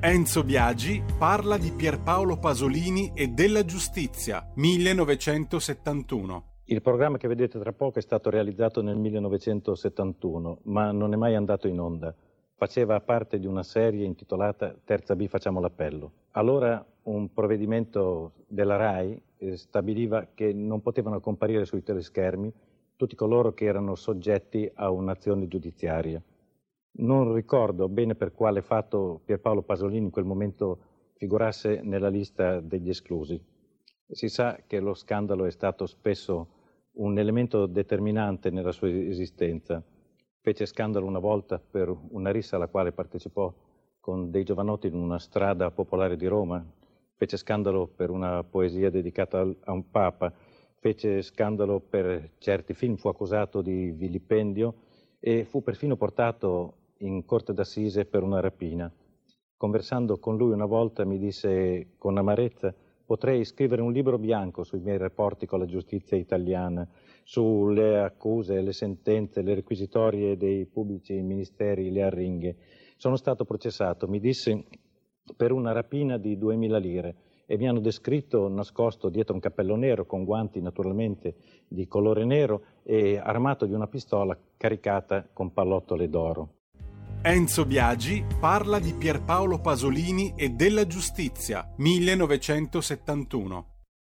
Enzo Biagi parla di Pierpaolo Pasolini e della giustizia, 1971. Il programma che vedete tra poco è stato realizzato nel 1971, ma non è mai andato in onda. Faceva parte di una serie intitolata Terza B facciamo l'appello. Allora un provvedimento della RAI stabiliva che non potevano comparire sui teleschermi tutti coloro che erano soggetti a un'azione giudiziaria. Non ricordo bene per quale fatto Pierpaolo Pasolini in quel momento figurasse nella lista degli esclusi. Si sa che lo scandalo è stato spesso un elemento determinante nella sua esistenza. Fece scandalo una volta per una rissa alla quale partecipò con dei giovanotti in una strada popolare di Roma. Fece scandalo per una poesia dedicata a un papa. Fece scandalo per certi film, fu accusato di vilipendio e fu perfino portato in corte d'assise per una rapina. Conversando con lui una volta mi disse con amarezza: potrei scrivere un libro bianco sui miei rapporti con la giustizia italiana, sulle accuse, le sentenze, le requisitorie dei pubblici ministeri, le arringhe. Sono stato processato, mi disse, per una rapina di 2000 lire e mi hanno descritto nascosto dietro un cappello nero, con guanti naturalmente di colore nero e armato di una pistola caricata con pallottole d'oro. Enzo Biagi parla di Pierpaolo Pasolini e della giustizia, 1971.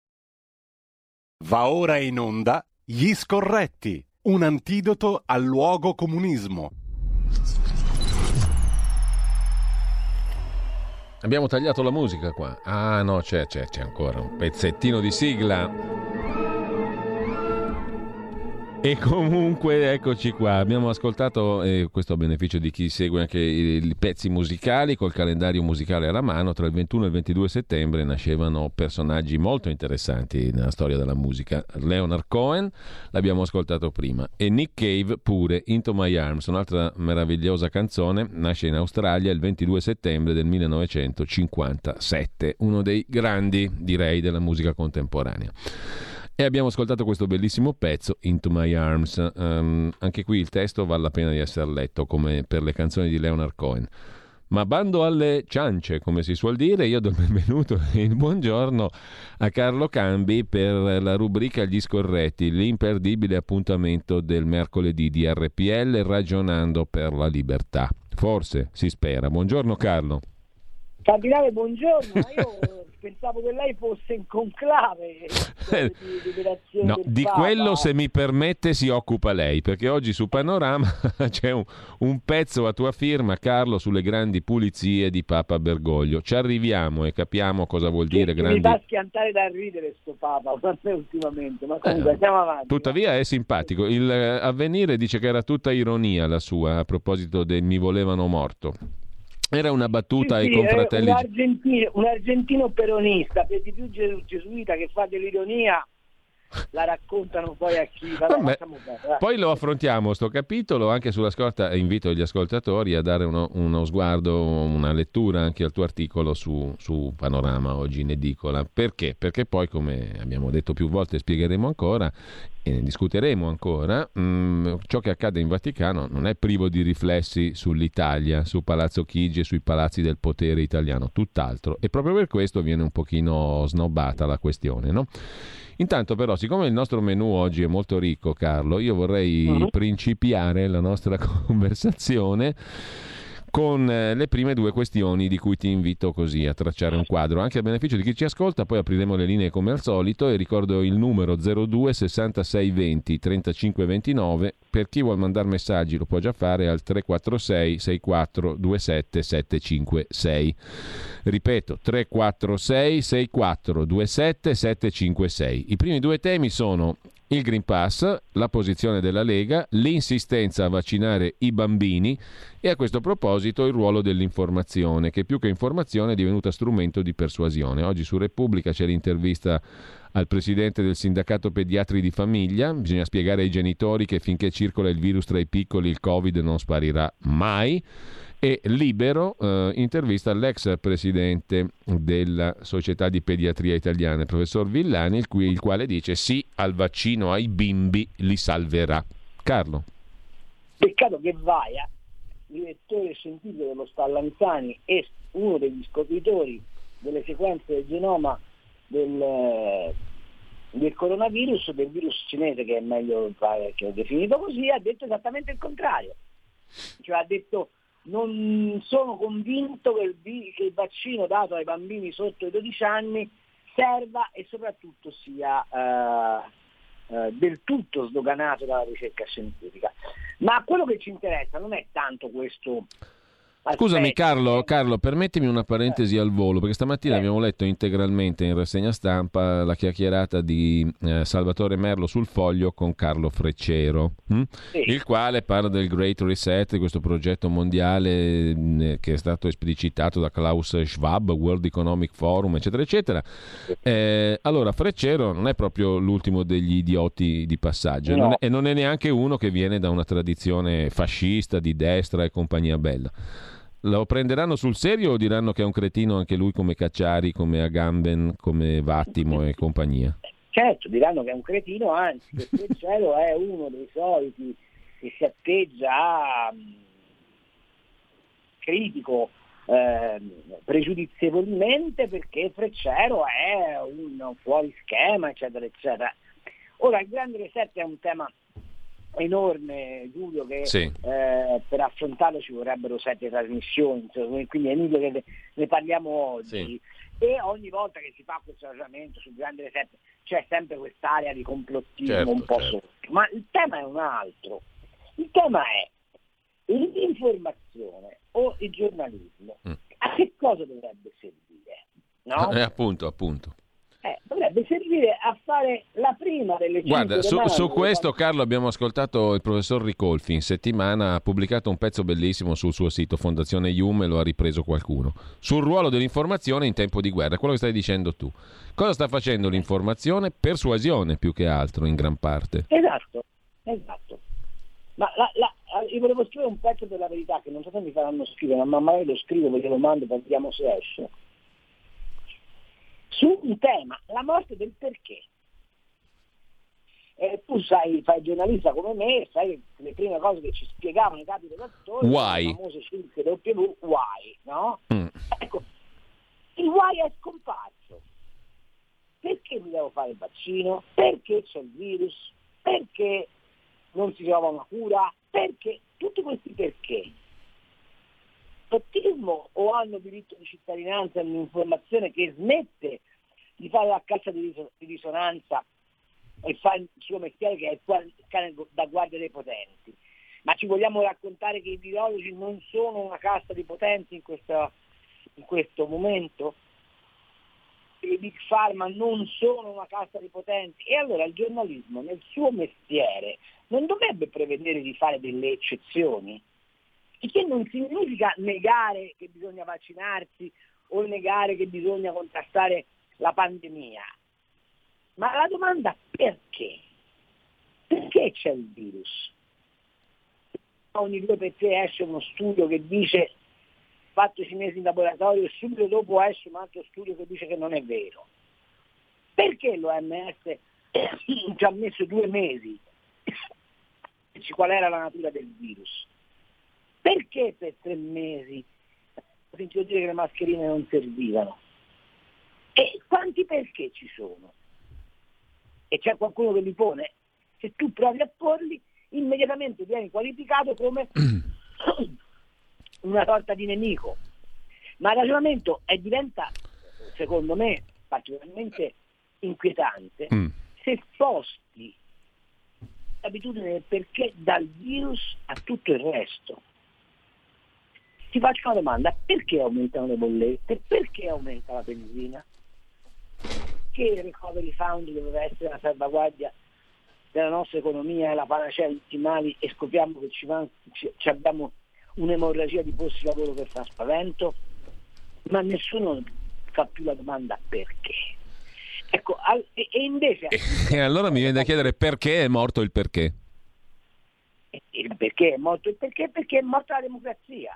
Va ora in onda Gli Scorretti, un antidoto al luogo comunismo. Abbiamo tagliato la musica qua. Ah no, c'è ancora un pezzettino di sigla. E comunque eccoci qua, abbiamo ascoltato, questo a beneficio di chi segue anche i pezzi musicali, col calendario musicale alla mano. Tra il 21 e il 22 settembre nascevano personaggi molto interessanti nella storia della musica. Leonard Cohen, l'abbiamo ascoltato prima, e Nick Cave pure, Into My Arms, un'altra meravigliosa canzone, nasce in Australia il 22 settembre del 1957, uno dei grandi, direi, della musica contemporanea. E abbiamo ascoltato questo bellissimo pezzo, Into My Arms. Anche qui il testo vale la pena di essere letto, come per le canzoni di Leonard Cohen. Ma bando alle ciance, come si suol dire, io do il benvenuto e il buongiorno a Carlo Cambi per la rubrica Gli Scorretti, l'imperdibile appuntamento del mercoledì di RPL, ragionando per la libertà. Forse, si spera. Buongiorno Carlo. Cardinale, buongiorno, ma io pensavo che lei fosse in conclave no, di Papa. Quello, se mi permette, si occupa lei, perché oggi su Panorama c'è un pezzo a tua firma, Carlo, sulle grandi pulizie di Papa Bergoglio. Ci arriviamo e capiamo cosa vuol dire grandi... Mi fa schiantare da ridere sto Papa ultimamente, ma comunque andiamo avanti. Tuttavia è simpatico. Il Avvenire dice che era tutta ironia la sua a proposito del mi volevano morto. Era una battuta ai confratelli. Un argentino peronista, per di più gesuita, che fa dell'ironia, la raccontano poi a chi... Poi lo affrontiamo sto capitolo, anche sulla scorta invito gli ascoltatori a dare uno sguardo, una lettura anche al tuo articolo su Panorama oggi in edicola. Perché? Perché poi, come abbiamo detto più volte, spiegheremo ancora e ne discuteremo ancora, ciò che accade in Vaticano non è privo di riflessi sull'Italia, su Palazzo Chigi e sui palazzi del potere italiano, tutt'altro, e proprio per questo viene un pochino snobbata la questione, no? Intanto però, siccome il nostro menù oggi è molto ricco, Carlo, io vorrei principiare la nostra conversazione con le prime due questioni di cui ti invito così a tracciare un quadro, anche a beneficio di chi ci ascolta. Poi apriremo le linee come al solito e ricordo il numero 02 66 20 35 29. Per chi vuol mandare messaggi lo può già fare al 346 64 27 756. Ripeto, 346 64 27 756. I primi due temi sono il Green Pass, la posizione della Lega, l'insistenza a vaccinare i bambini e a questo proposito il ruolo dell'informazione, che più che informazione è divenuta strumento di persuasione. Oggi su Repubblica c'è l'intervista al presidente del sindacato pediatri di famiglia. Bisogna spiegare ai genitori che finché circola il virus tra i piccoli il Covid non sparirà mai. E Libero intervista l'ex presidente della Società di Pediatria Italiana, il professor Villani, il quale dice sì al vaccino ai bimbi, li salverà. Carlo. Peccato che vai direttore scientifico dello Spallanzani e uno degli scopritori delle sequenze del genoma del coronavirus, del virus cinese, che è meglio che ho definito così, ha detto esattamente il contrario. Cioè ha detto: non sono convinto che il vaccino dato ai bambini sotto i 12 anni serva e soprattutto sia del tutto sdoganato dalla ricerca scientifica. Ma quello che ci interessa non è tanto questo. Scusami Carlo, permettimi una parentesi al volo, perché stamattina abbiamo letto integralmente in rassegna stampa la chiacchierata di Salvatore Merlo sul Foglio con Carlo Freccero, il quale parla del Great Reset, di questo progetto mondiale che è stato esplicitato da Klaus Schwab, World Economic Forum, eccetera, eccetera. Allora, Freccero non è proprio l'ultimo degli idioti di passaggio, no. E non è neanche uno che viene da una tradizione fascista, di destra e compagnia bella. Lo prenderanno sul serio o diranno che è un cretino anche lui, come Cacciari, come Agamben, come Vattimo e compagnia? Certo, diranno che è un cretino, anzi, che Freccero è uno dei soliti che si atteggia critico pregiudizievolmente, perché Freccero è un fuori schema, eccetera, eccetera. Ora, il grande reset è un tema enorme, Giulio, che sì. Per affrontarlo ci vorrebbero 7 trasmissioni, quindi è inutile che ne parliamo oggi. Sì. E ogni volta che si fa questo ragionamento sul grande reset c'è sempre quest'area di complottismo, certo, un po' certo. sotto. Ma il tema è un altro. Il tema è l'informazione o il giornalismo. A che cosa dovrebbe servire? No? Appunto. Dovrebbe servire a fare la prima delle 5 Guarda, domande. su questo, Carlo, abbiamo ascoltato il professor Ricolfi in settimana, ha pubblicato un pezzo bellissimo sul suo sito Fondazione Iume, lo ha ripreso qualcuno, sul ruolo dell'informazione in tempo di guerra, quello che stai dicendo tu. Cosa sta facendo l'informazione? Persuasione più che altro, in gran parte. Esatto. Ma io volevo scrivere un pezzo della Verità, che non so se mi faranno scrivere, ma magari lo scrivo, perché lo mando, poi vediamo se esce. Su un tema, la morte del perché. Tu fai giornalista come me, sai le prime cose che ci spiegavano i capi redattori, Why? le famose 5W, why, no? Ecco, il why è scomparso. Perché mi devo fare il vaccino? Perché c'è il virus? Perché non si trova una cura? Perché? Tutti questi perché. Autismo o hanno diritto di cittadinanza e un'informazione che smette di fare la cassa di risonanza e fa il suo mestiere, che è il cane da guardia dei potenti. Ma ci vogliamo raccontare che i virologi non sono una casta di potenti in questo momento? I big pharma non sono una casta di potenti? E allora il giornalismo nel suo mestiere non dovrebbe prevedere di fare delle eccezioni? Il che non significa negare che bisogna vaccinarsi o negare che bisogna contrastare la pandemia. Ma la domanda perché? Perché c'è il virus? Ogni 2x3 esce uno studio che dice fatto 6 mesi in laboratorio e subito dopo esce un altro studio che dice che non è vero. Perché l'OMS ci ha messo 2 mesi qual era la natura del virus? Perché per 3 mesi ho sentito dire che le mascherine non servivano? E quanti perché ci sono? E c'è qualcuno che li pone? Se tu provi a porli, immediatamente vieni qualificato come una sorta di nemico. Ma il ragionamento diventa, secondo me, particolarmente inquietante se sposti l'abitudine del perché dal virus a tutto il resto. Ti faccio una domanda: perché aumentano le bollette? Perché aumenta la benzina? Che il recovery fund doveva essere la salvaguardia della nostra economia e la panacea di tutti i mali, e scopriamo che ci abbiamo un'emorragia di posti di lavoro che fa spavento, ma nessuno fa più la domanda perché. Ecco, e invece e allora mi viene da chiedere perché è morto il perché. Il perché è morto il perché è morta la democrazia.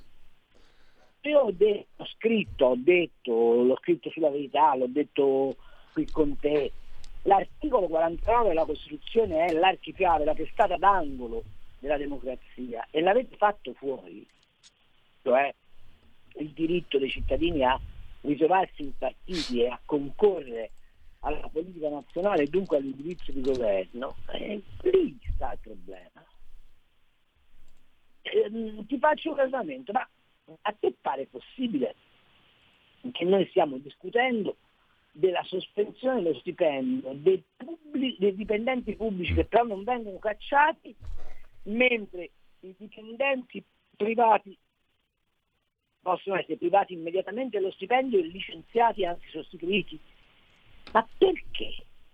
Io l'ho scritto sulla Verità, l'ho detto qui con te. L'articolo 49 della Costituzione è l'architrave, la testata d'angolo della democrazia e l'avete fatto fuori, cioè il diritto dei cittadini a ritrovarsi in partiti e a concorrere alla politica nazionale e dunque all'indirizzo di governo, lì sta il problema. Ti faccio un ragionamento, ma a te pare possibile che noi stiamo discutendo della sospensione dello stipendio dei dipendenti pubblici che però non vengono cacciati, mentre i dipendenti privati possono essere privati immediatamente dello stipendio e licenziati, anzi sostituiti? Ma perché?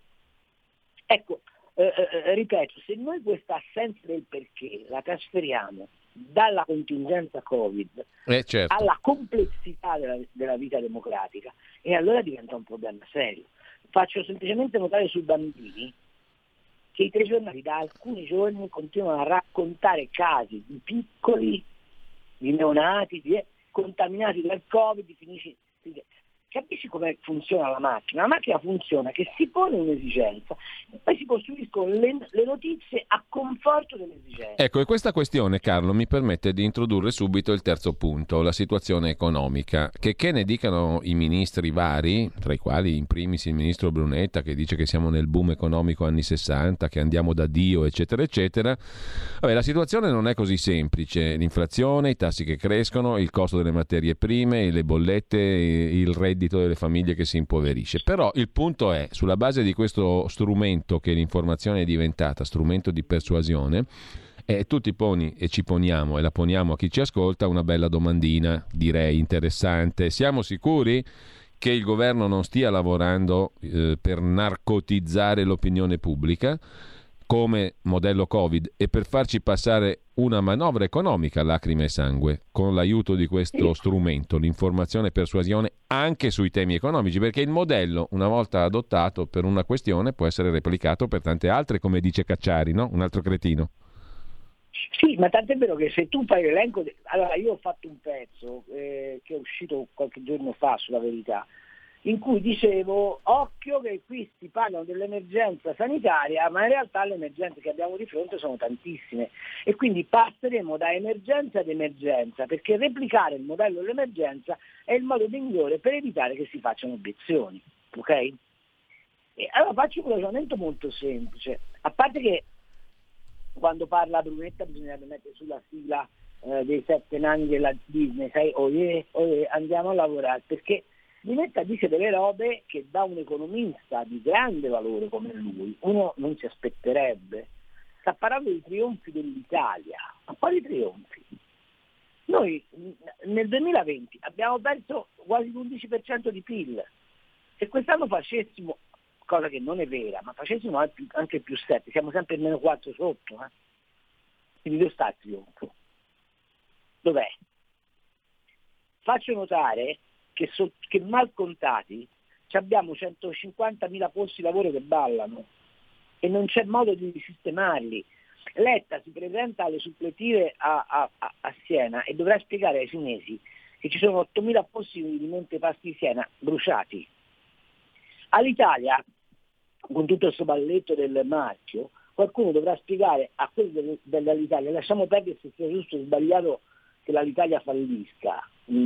Ecco, ripeto, se noi questa assenza del perché la trasferiamo dalla contingenza Covid certo. alla complessità della vita democratica, e allora diventa un problema serio. Faccio semplicemente notare sui bambini che i telegiornali da alcuni giorni continuano a raccontare casi di piccoli, di neonati, contaminati dal Covid, Capisci come funziona la macchina? La macchina funziona che si pone un'esigenza e poi si costruiscono le notizie a conforto dell'esigenza. Ecco, e questa questione, Carlo, mi permette di introdurre subito il terzo punto, la situazione economica. Che ne dicano i ministri vari, tra i quali in primis il ministro Brunetta, che dice che siamo nel boom economico anni 60, che andiamo da Dio, eccetera, eccetera. Vabbè, la situazione non è così semplice. L'inflazione, i tassi che crescono, il costo delle materie prime, le bollette, il reddito delle famiglie che si impoverisce. Però il punto è, sulla base di questo strumento che l'informazione è diventata, strumento di persuasione, tu ti poni e ci poniamo e la poniamo a chi ci ascolta una bella domandina, direi interessante. Siamo sicuri che il governo non stia lavorando per narcotizzare l'opinione pubblica come modello Covid e per farci passare una manovra economica lacrime e sangue con l'aiuto di questo strumento, l'informazione e persuasione anche sui temi economici, perché il modello, una volta adottato per una questione, può essere replicato per tante altre, come dice Cacciari, no? Un altro cretino. Sì, ma tant'è vero che se tu fai l'elenco... Allora, io ho fatto un pezzo che è uscito qualche giorno fa sulla Verità, in cui dicevo, occhio che qui si parlano dell'emergenza sanitaria, ma in realtà le emergenze che abbiamo di fronte sono tantissime e quindi passeremo da emergenza ad emergenza, perché replicare il modello dell'emergenza è il modo migliore per evitare che si facciano obiezioni, ok? E allora faccio un ragionamento molto semplice, a parte che quando parla Brunetta bisognerebbe mettere sulla sigla dei 7 nani della Disney, sai, oye, andiamo a lavorare, perché Brunetta dice delle robe che da un economista di grande valore come lui uno non si aspetterebbe. Sta parlando di trionfi dell'Italia. Ma quali trionfi? Noi nel 2020 abbiamo perso quasi l'11% di PIL. Se quest'anno facessimo, cosa che non è vera, ma facessimo anche più 7, siamo sempre meno 4 sotto. Quindi dove sta il trionfo? Dov'è? Faccio notare che mal contati abbiamo 150.000 posti di lavoro che ballano e non c'è modo di sistemarli. Letta si presenta alle suppletive a Siena e dovrà spiegare ai cinesi che ci sono 8.000 posti di Montepaschi di Siena bruciati. All'Italia, con tutto questo balletto del marchio, qualcuno dovrà spiegare a quelli dell'Italia, lasciamo perdere se sia giusto o sbagliato che l'Italia fallisca,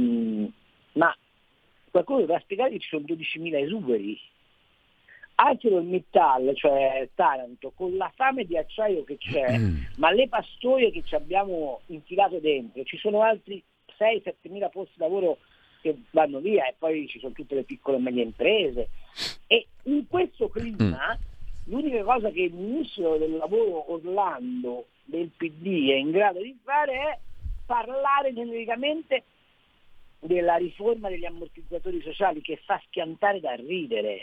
ma qualcuno dovrà spiegare che ci sono 12.000 esuberi. ArcelorMittal, cioè Taranto, con la fame di acciaio che c'è, ma le pastoie che ci abbiamo infilato dentro, ci sono altri 6-7.000 posti di lavoro che vanno via e poi ci sono tutte le piccole e medie imprese. E in questo clima l'unica cosa che il ministro del lavoro Orlando del PD è in grado di fare è parlare genericamente della riforma degli ammortizzatori sociali, che fa schiantare da ridere.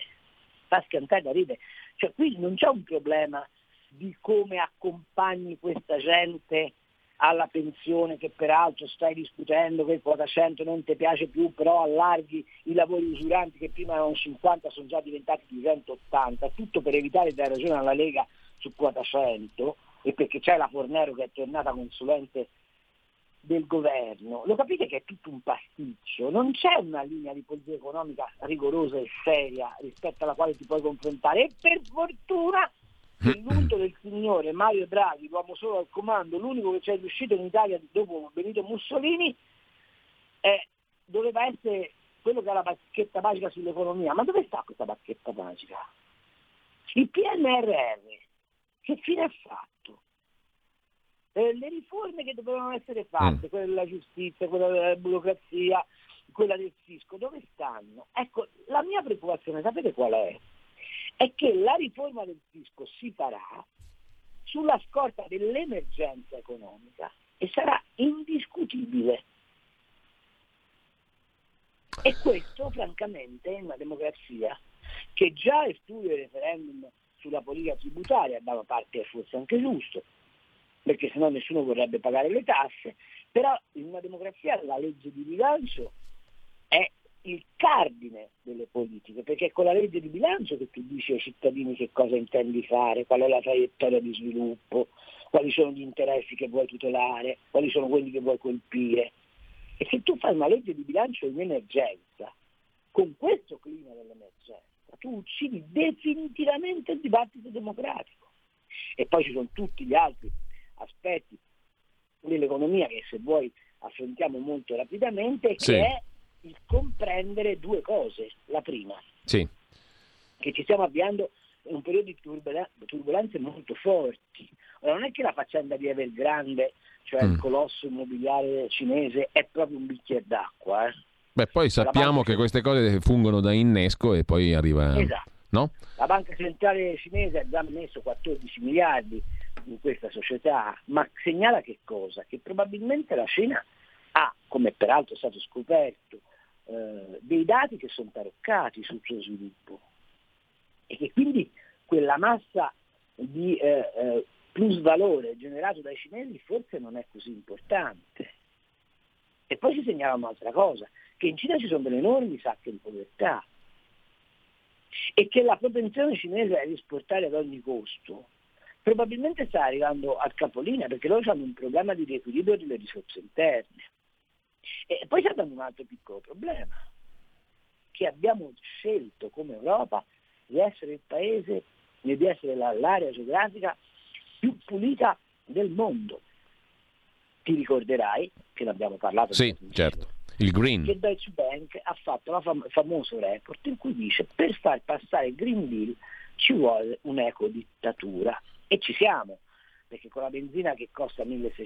Cioè qui non c'è un problema di come accompagni questa gente alla pensione, che peraltro stai discutendo che il quota 100 non ti piace più, però allarghi i lavori usuranti che prima erano 50 sono già diventati 280, tutto per evitare di dare ragione alla Lega su quota 100 e perché c'è la Fornero che è tornata consulente del governo. Lo capite che è tutto un pasticcio, non c'è una linea di politica economica rigorosa e seria rispetto alla quale ti puoi confrontare, e per fortuna che l'unto del signore Mario Draghi, l'uomo solo al comando, l'unico che ci è riuscito in Italia dopo Benito Mussolini, doveva essere quello che ha la bacchetta magica sull'economia. Ma dove sta questa bacchetta magica? Il PNRR, che fine ha fatto? Le riforme che dovevano essere fatte, quella della giustizia, quella della burocrazia, quella del fisco, dove stanno? Ecco, la mia preoccupazione, sapete qual è? È che la riforma del fisco si farà sulla scorta dell'emergenza economica e sarà indiscutibile. E questo, francamente, in una democrazia che già esclude il referendum sulla politica tributaria, da una parte è forse anche giusto, perché sennò nessuno vorrebbe pagare le tasse, però in una democrazia la legge di bilancio è il cardine delle politiche, perché è con la legge di bilancio che tu dici ai cittadini che cosa intendi fare, qual è la traiettoria di sviluppo, quali sono gli interessi che vuoi tutelare, quali sono quelli che vuoi colpire. E se tu fai una legge di bilancio in emergenza, con questo clima dell'emergenza, tu uccidi definitivamente il dibattito democratico. E poi ci sono tutti gli altri aspetti dell'economia che, se vuoi, affrontiamo molto rapidamente, sì, che è il comprendere due cose. La prima, sì, che ci stiamo avviando in un periodo di turbolenze molto forti. Ora, non è che la faccenda di Evergrande, cioè il colosso immobiliare cinese, è proprio un bicchiere d'acqua. Beh, poi sappiamo che queste cose fungono da innesco e poi arriva... Esatto. No? La banca centrale cinese ha già messo 14 miliardi in questa società, ma segnala che cosa? Che probabilmente la Cina ha, come peraltro è stato scoperto, dei dati che sono taroccati sul suo sviluppo e che quindi quella massa di plus valore generato dai cinesi forse non è così importante. E poi si segnala un'altra cosa, che in Cina ci sono delle enormi sacche di povertà e che la propensione cinese a esportare ad ogni costo probabilmente sta arrivando al capolinea, perché loro hanno un problema di riequilibrio delle risorse interne. E poi c'è un altro piccolo problema, che abbiamo scelto come Europa di essere il paese, di essere l'area geografica più pulita del mondo. Ti ricorderai, che ne abbiamo parlato, sì, certo, il green, che Deutsche Bank ha fatto il famoso report in cui dice: per far passare il Green Deal ci vuole un'ecodittatura, e ci siamo, perché con la benzina che costa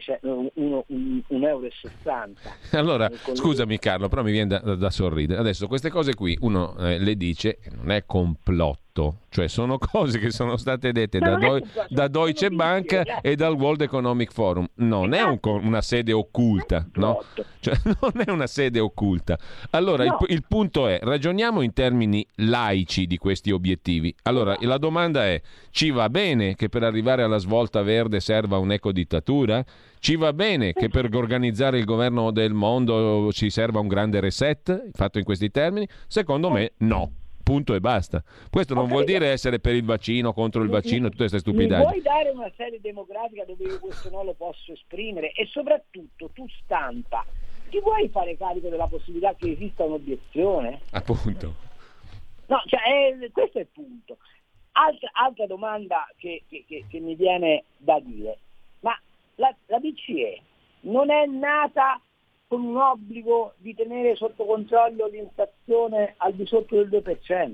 1,60 euro. Allora, scusami Carlo, però mi viene da sorridere. Adesso queste cose qui uno le dice, non è complotto, cioè sono cose che sono state dette da Deutsche Bank e dal World Economic Forum. Non è una sede occulta, no? Cioè, non è una sede occulta. Allora, no. Il punto è, ragioniamo in termini laici di questi obiettivi. Allora, la domanda è: ci va bene che per arrivare alla svolta verde serva un'ecodittatura? Ci va bene che per organizzare il governo del mondo ci serva un grande reset, fatto in questi termini? Secondo me no. Punto e basta. Questo non vuol dire essere per il vaccino, contro il vaccino, tutte queste stupidaggini. Mi vuoi dare una sede democratica dove io questo no lo posso esprimere? E soprattutto, tu stampa, ti vuoi fare carico della possibilità che esista un'obiezione? Appunto. No, cioè, questo è il punto. Altra domanda che mi viene da dire: ma la BCE non è nata con un obbligo di tenere sotto controllo l'inflazione al di sotto del 2%,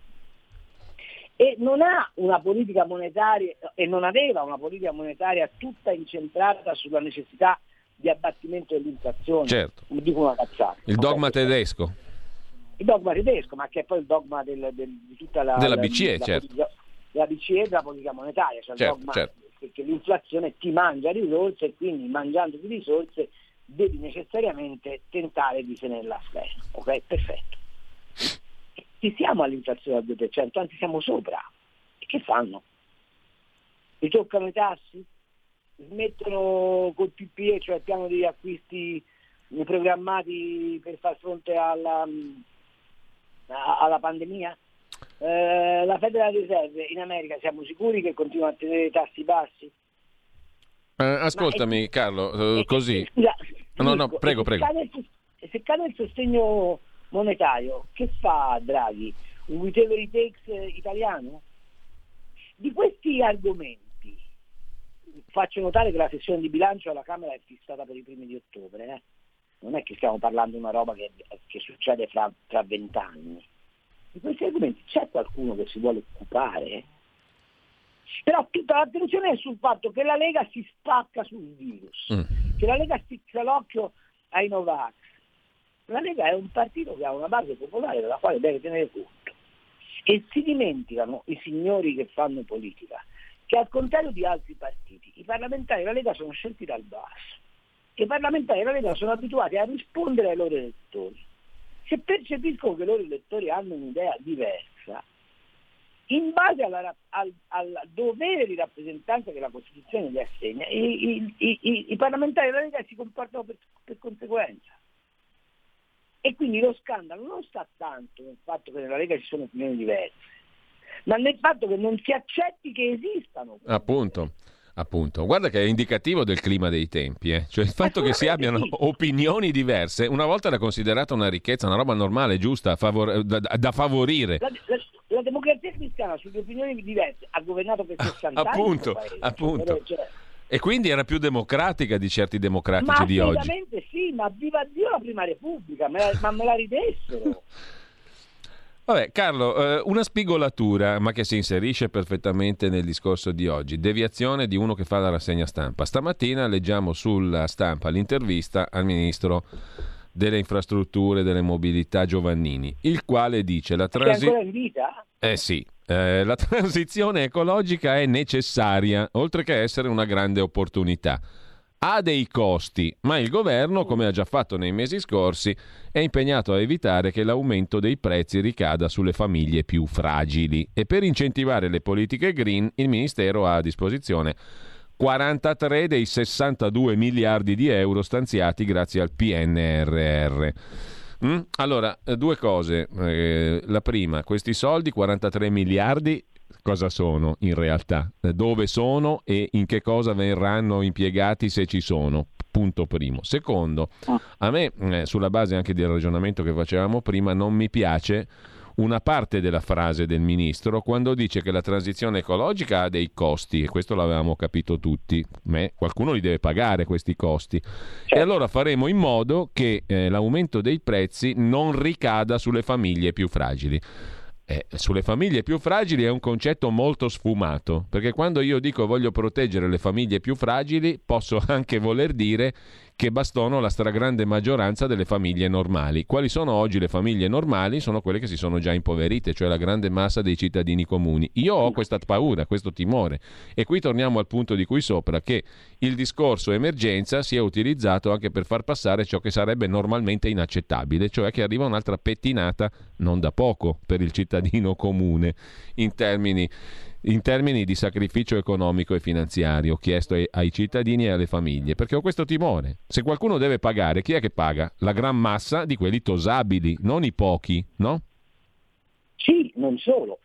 e non ha una politica monetaria, e non aveva una politica monetaria tutta incentrata sulla necessità di abbattimento dell'inflazione? Certo. Dico una cazzata. Il dogma tedesco. Il dogma tedesco, ma che è poi il dogma di tutta della BCE, certo. Della BCE e della politica monetaria, cioè certo, il dogma certo. che l'inflazione ti mangia risorse, e quindi mangiando di risorse devi necessariamente tentare di tenerla a freno. Ok, perfetto. Ci siamo all'inflazione al 2%, anzi siamo sopra. E che fanno? Ritoccano i tassi? Smettono col PPE, cioè il piano di acquisti programmati per far fronte alla pandemia? La Federal Reserve in America, siamo sicuri che continua a tenere i tassi bassi? Ascoltami Carlo, così. Scusa, no, prego. Se cade il sostegno monetario, che fa Draghi? Un whatever it takes italiano? Di questi argomenti faccio notare che la sessione di bilancio alla Camera è fissata per i primi di ottobre. Non è che stiamo parlando di una roba che succede fra 20 anni. Di questi argomenti c'è qualcuno che si vuole occupare? Però tutta l'attenzione è sul fatto che la Lega si spacca sul virus, che la Lega stizza l'occhio ai Novax. La Lega è un partito che ha una base popolare della quale deve tenere conto. E si dimenticano i signori che fanno politica che, al contrario di altri partiti, i parlamentari della Lega sono scelti dal basso. I parlamentari della Lega sono abituati a rispondere ai loro elettori. Se percepiscono che i loro elettori hanno un'idea diversa, in base al dovere di rappresentanza che la Costituzione gli assegna, i parlamentari della Lega si comportano per conseguenza. E quindi lo scandalo non sta tanto nel fatto che nella Lega ci sono opinioni diverse, ma nel fatto che non si accetti che esistano. Appunto. Guarda che è indicativo del clima dei tempi, Cioè il fatto che si abbiano opinioni diverse, una volta era considerata una ricchezza, una roba normale, giusta, da favorire. La democrazia cristiana sulle opinioni diverse ha governato per 60 anni. Appunto. E quindi era più democratica di certi democratici di oggi. Assolutamente sì, ma viva Dio la Prima Repubblica, ma me la ridessero. Vabbè, Carlo, una spigolatura, ma che si inserisce perfettamente nel discorso di oggi. Deviazione di uno che fa la rassegna stampa. Stamattina leggiamo sulla stampa l'intervista al ministro delle infrastrutture e delle mobilità Giovannini, il quale dice È ancora in vita? Sì. La transizione ecologica è necessaria, oltre che essere una grande opportunità. Ha dei costi, ma il governo, come ha già fatto nei mesi scorsi, è impegnato a evitare che l'aumento dei prezzi ricada sulle famiglie più fragili. E per incentivare le politiche green, il Ministero ha a disposizione 43 dei 62 miliardi di euro stanziati grazie al PNRR. Allora, due cose. La prima, questi soldi, 43 miliardi, cosa sono in realtà? Dove sono e in che cosa verranno impiegati, se ci sono? Punto primo. Secondo, a me, sulla base anche del ragionamento che facevamo prima, non mi piace una parte della frase del ministro quando dice che la transizione ecologica ha dei costi, e questo l'avevamo capito tutti, ma qualcuno li deve pagare questi costi. E allora faremo in modo che l'aumento dei prezzi non ricada sulle famiglie più fragili. Sulle famiglie più fragili è un concetto molto sfumato, perché quando io dico voglio proteggere le famiglie più fragili posso anche voler dire che bastono la stragrande maggioranza delle famiglie normali. Quali sono oggi le famiglie normali? Sono quelle che si sono già impoverite, cioè la grande massa dei cittadini comuni. Io ho questa paura, questo timore, e qui torniamo al punto di cui sopra, che il discorso emergenza sia utilizzato anche per far passare ciò che sarebbe normalmente inaccettabile, cioè che arriva un'altra pettinata non da poco per il cittadino comune in termini di sacrificio economico e finanziario chiesto ai cittadini e alle famiglie, perché ho questo timore. Se qualcuno deve pagare, chi è che paga? La gran massa di quelli tosabili, non i pochi, no? Sì, non solo.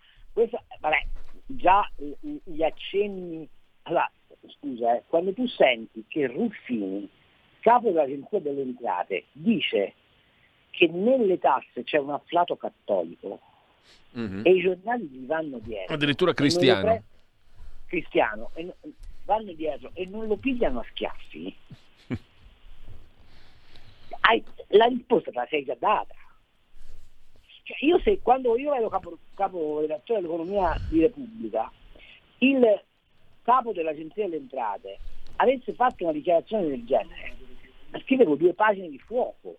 Già gli accenni. Allora, scusa, quando tu senti che Ruffini, capo dell'Agenzia delle Entrate, dice che nelle tasse c'è un afflato cattolico, e i giornali gli vanno dietro, addirittura cristiano, e vanno dietro e non lo pigliano a schiaffi, la risposta te la sei già data. Cioè, quando io ero capo redattore dell'economia di Repubblica, il capo dell'Agenzia delle Entrate avesse fatto una dichiarazione del genere, scrivevo 2 pagine di fuoco.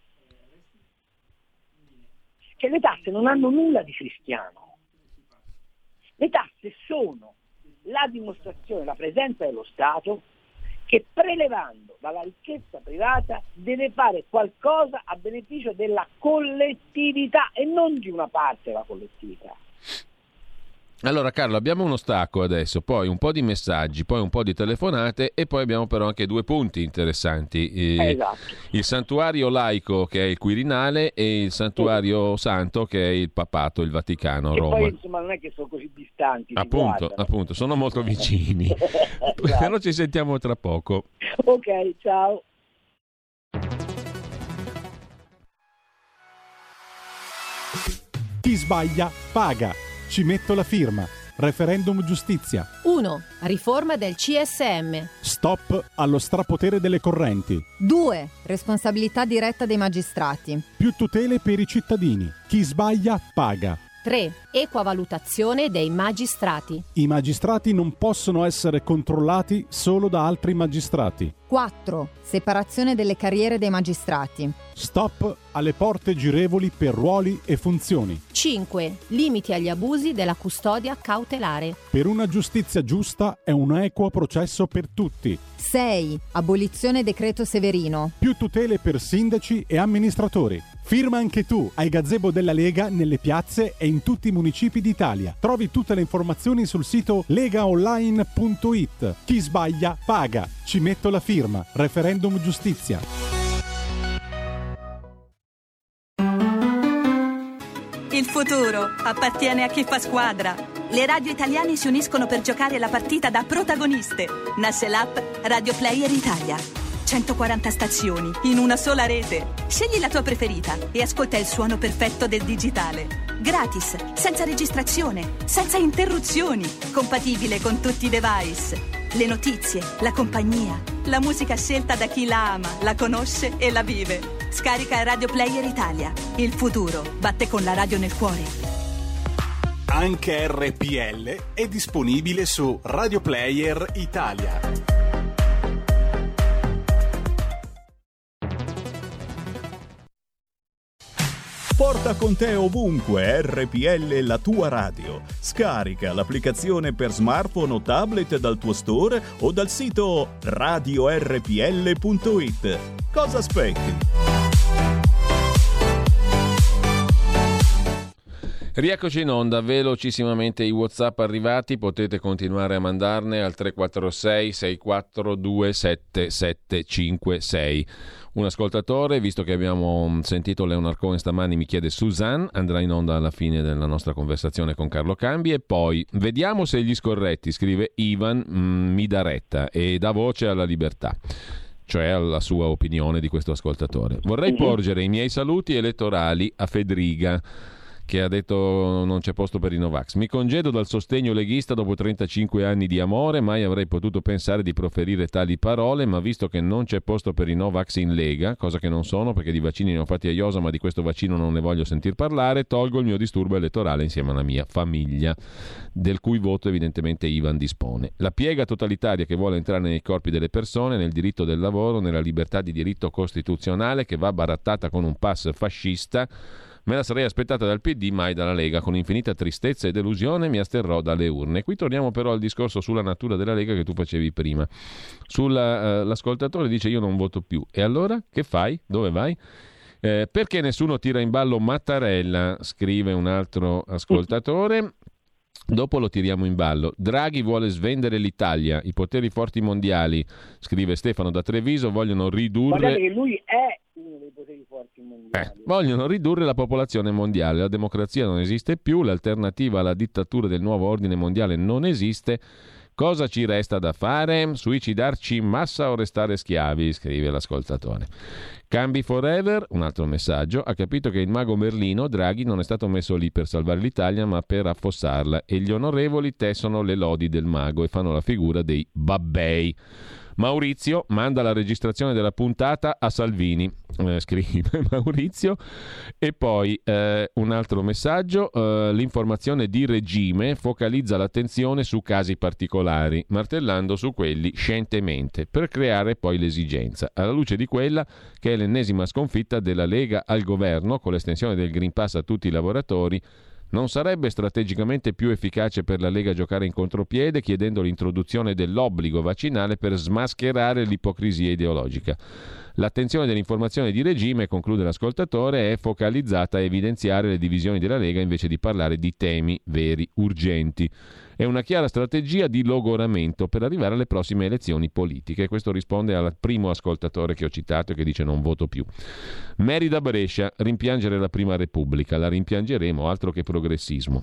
Che le tasse non hanno nulla di cristiano. Le tasse sono la dimostrazione, la presenza dello Stato che, prelevando dalla ricchezza privata, deve fare qualcosa a beneficio della collettività e non di una parte della collettività. Allora Carlo, abbiamo uno stacco adesso, poi un po' di messaggi, poi un po' di telefonate e poi abbiamo però anche 2 punti interessanti. Esatto. Il santuario laico, che è il Quirinale, e il santuario santo, che è il Papato, il Vaticano a Roma. E poi insomma non è che sono così distanti. Appunto, sono molto vicini. Però ci sentiamo tra poco. Ok, ciao. Chi sbaglia paga. Ci metto la firma. referendum giustizia. 1. Riforma del CSM. Stop allo strapotere delle correnti. 2. Responsabilità diretta dei magistrati. Più tutele per i cittadini. Chi sbaglia paga. 3. Equa valutazione dei magistrati. I magistrati non possono essere controllati solo da altri magistrati. 4. Separazione delle carriere dei magistrati. Stop alle porte girevoli per ruoli e funzioni. 5. Limiti agli abusi della custodia cautelare. Per una giustizia giusta e un equo processo per tutti. 6. Abolizione decreto Severino. Più tutele per sindaci e amministratori. Firma anche tu ai gazebo della Lega nelle piazze e in tutti i municipi d'Italia. Trovi tutte le informazioni sul sito legaonline.it. Chi sbaglia paga. Ci metto la firma. Referendum giustizia. Il futuro appartiene a chi fa squadra. Le radio italiane si uniscono per giocare la partita da protagoniste. Nasce l'app Radio Player Italia. 140 stazioni in una sola rete. Scegli la tua preferita e ascolta il suono perfetto del digitale. Gratis, senza registrazione, senza interruzioni, compatibile con tutti i device. Le notizie, la compagnia, la musica scelta da chi la ama, la conosce e la vive. Scarica Radio Player Italia. Il futuro batte con la radio nel cuore. Anche RPL è disponibile su Radio Player Italia. Porta con te ovunque RPL, la tua radio. Scarica l'applicazione per smartphone o tablet dal tuo store o dal sito radiorpl.it. Cosa aspetti? Rieccoci in onda, velocissimamente i WhatsApp arrivati, potete continuare a mandarne al 346 642 7756. Un ascoltatore, visto che abbiamo sentito Leonard Cohen stamani, mi chiede Suzanne, andrà in onda alla fine della nostra conversazione con Carlo Cambi. E poi vediamo se gli scorretti, scrive Ivan, mi dà retta e dà voce alla libertà, cioè alla sua opinione di questo ascoltatore. Vorrei porgere i miei saluti elettorali a Federica, che ha detto non c'è posto per i Novax. Mi congedo dal sostegno leghista dopo 35 anni di amore, mai avrei potuto pensare di proferire tali parole, ma visto che non c'è posto per i Novax in Lega, cosa che non sono perché di vaccini ne ho fatti a iosa, ma di questo vaccino non ne voglio sentir parlare, tolgo il mio disturbo elettorale insieme alla mia famiglia, del cui voto evidentemente Ivan dispone. La piega totalitaria che vuole entrare nei corpi delle persone, nel diritto del lavoro, nella libertà di diritto costituzionale, che va barattata con un pass fascista, me la sarei aspettata dal PD, mai dalla Lega. Con infinita tristezza e delusione mi asterrò dalle urne. Qui torniamo però al discorso sulla natura della Lega che tu facevi prima. L'ascoltatore dice io non voto più. E allora che fai? Dove vai? Perché nessuno tira in ballo Mattarella, scrive un altro ascoltatore. Dopo lo tiriamo in ballo. Draghi vuole svendere l'Italia. I poteri forti mondiali, scrive Stefano da Treviso, vogliono ridurre... Guardate che lui è uno dei poteri forti mondiali. Vogliono ridurre la popolazione mondiale. La democrazia non esiste più, l'alternativa alla dittatura del nuovo ordine mondiale non esiste. Cosa ci resta da fare? Suicidarci in massa o restare schiavi? Scrive l'ascoltatore. Cambi forever, un altro messaggio, ha capito che il mago Merlino, Draghi, non è stato messo lì per salvare l'Italia ma per affossarla e gli onorevoli tessono le lodi del mago e fanno la figura dei babbei. Maurizio manda la registrazione della puntata a Salvini, scrive Maurizio. E poi un altro messaggio, l'informazione di regime focalizza l'attenzione su casi particolari, martellando su quelli scientemente per creare poi l'esigenza, alla luce di quella che è l'ennesima sconfitta della Lega al governo con l'estensione del Green Pass a tutti i lavoratori. Non sarebbe strategicamente più efficace per la Lega giocare in contropiede chiedendo l'introduzione dell'obbligo vaccinale per smascherare l'ipocrisia ideologica? L'attenzione dell'informazione di regime, conclude l'ascoltatore, è focalizzata a evidenziare le divisioni della Lega invece di parlare di temi veri, urgenti. È una chiara strategia di logoramento per arrivare alle prossime elezioni politiche. Questo risponde al primo ascoltatore che ho citato e che dice non voto più. Mary da Brescia, rimpiangere la Prima Repubblica, la rimpiangeremo, altro che progressismo.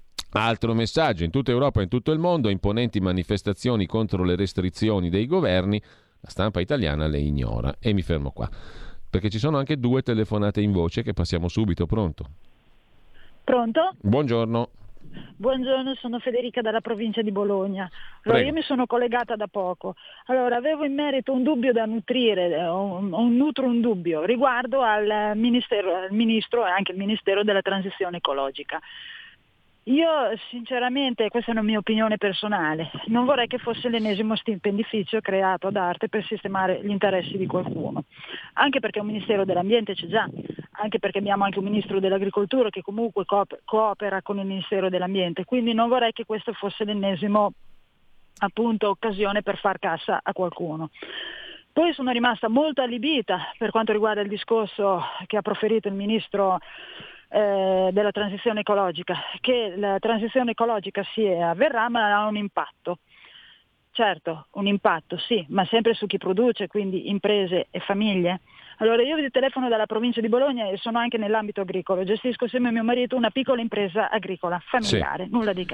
Altro messaggio, in tutta Europa e in tutto il mondo, imponenti manifestazioni contro le restrizioni dei governi, la stampa italiana le ignora. E mi fermo qua, perché ci sono anche 2 telefonate in voce che passiamo subito. Pronto? Pronto? Buongiorno. Buongiorno, sono Federica dalla provincia di Bologna. Allora, io mi sono collegata da poco. Allora, avevo in merito un dubbio da nutrire, nutro un dubbio riguardo al ministro e anche il Ministero della Transizione Ecologica. Io sinceramente, questa è una mia opinione personale, non vorrei che fosse l'ennesimo stipendificio creato ad arte per sistemare gli interessi di qualcuno, anche perché un Ministero dell'Ambiente c'è già, anche perché abbiamo anche un Ministro dell'Agricoltura che comunque coopera con il Ministero dell'Ambiente, quindi non vorrei che questo fosse l'ennesimo appunto occasione per far cassa a qualcuno. Poi sono rimasta molto allibita per quanto riguarda il discorso che ha proferito il Ministro della transizione ecologica, che la transizione ecologica avverrà ma ha un impatto. Certo, un impatto sì, ma sempre su chi produce, quindi imprese e famiglie. Allora io vi telefono dalla provincia di Bologna e sono anche nell'ambito agricolo, gestisco insieme a mio marito una piccola impresa agricola, familiare, nulla di che.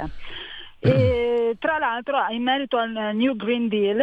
E tra l'altro in merito al New Green Deal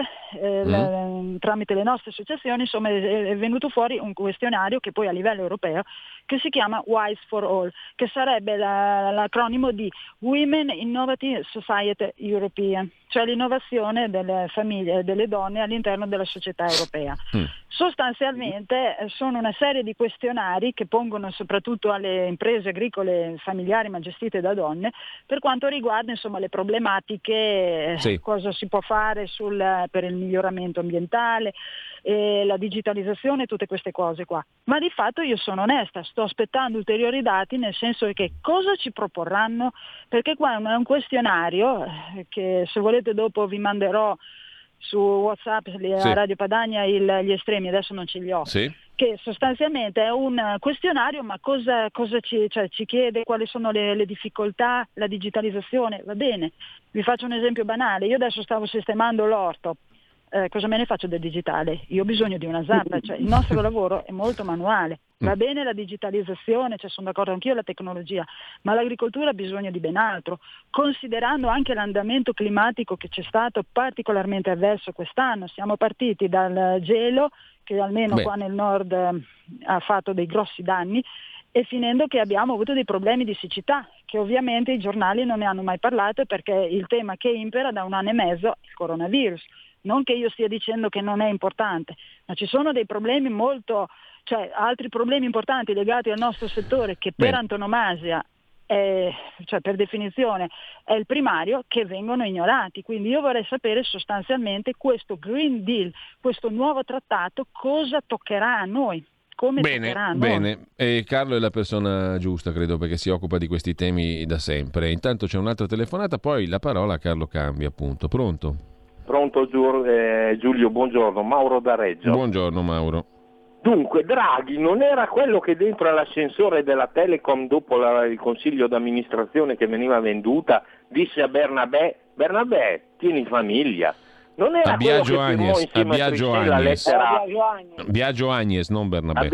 tramite le nostre associazioni insomma è venuto fuori un questionario che poi a livello europeo che si chiama Wise for All, che sarebbe l'acronimo di Women Innovative Society European, cioè l'innovazione delle famiglie, delle donne all'interno della società europea. Sostanzialmente sono una serie di questionari che pongono soprattutto alle imprese agricole familiari ma gestite da donne per quanto riguarda insomma le problematiche, cosa si può fare per il miglioramento ambientale, la digitalizzazione, tutte queste cose qua. Ma di fatto io sono onesta, sto aspettando ulteriori dati, nel senso che cosa ci proporranno, perché qua è un questionario che se volete dopo vi manderò su WhatsApp a Radio Padania gli estremi, adesso non ce li ho, che sostanzialmente è un questionario, ma cosa ci chiede, quali sono le difficoltà, la digitalizzazione, va bene. Vi faccio un esempio banale, io adesso stavo sistemando l'orto, cosa me ne faccio del digitale? Io ho bisogno di una zappa, cioè il nostro lavoro è molto manuale, va bene la digitalizzazione, sono d'accordo anch'io la tecnologia, ma l'agricoltura ha bisogno di ben altro, considerando anche l'andamento climatico che c'è stato particolarmente avverso quest'anno. Siamo partiti dal gelo che almeno qua nel nord ha fatto dei grossi danni, e finendo che abbiamo avuto dei problemi di siccità, che ovviamente i giornali non ne hanno mai parlato perché il tema che impera da 1 anno e mezzo è il coronavirus. Non che io stia dicendo che non è importante, ma ci sono dei problemi altri problemi importanti legati al nostro settore che per antonomasia per definizione è il primario, che vengono ignorati. Quindi io vorrei sapere sostanzialmente questo Green Deal, questo nuovo trattato, cosa toccherà a noi. Bene. E Carlo è la persona giusta, credo, perché si occupa di questi temi da sempre. Intanto c'è un'altra telefonata, poi la parola a Carlo Cambi, appunto. Pronto? Pronto Giulio, buongiorno, Mauro da Reggio. Buongiorno Mauro. Dunque, Draghi non era quello che dentro all'ascensore della Telecom, dopo il consiglio d'amministrazione che veniva venduta, disse a Bernabé, tieni famiglia. Non era quello che firmò insieme a Trichet la lettera... Biagio Agnes, non Bernabé.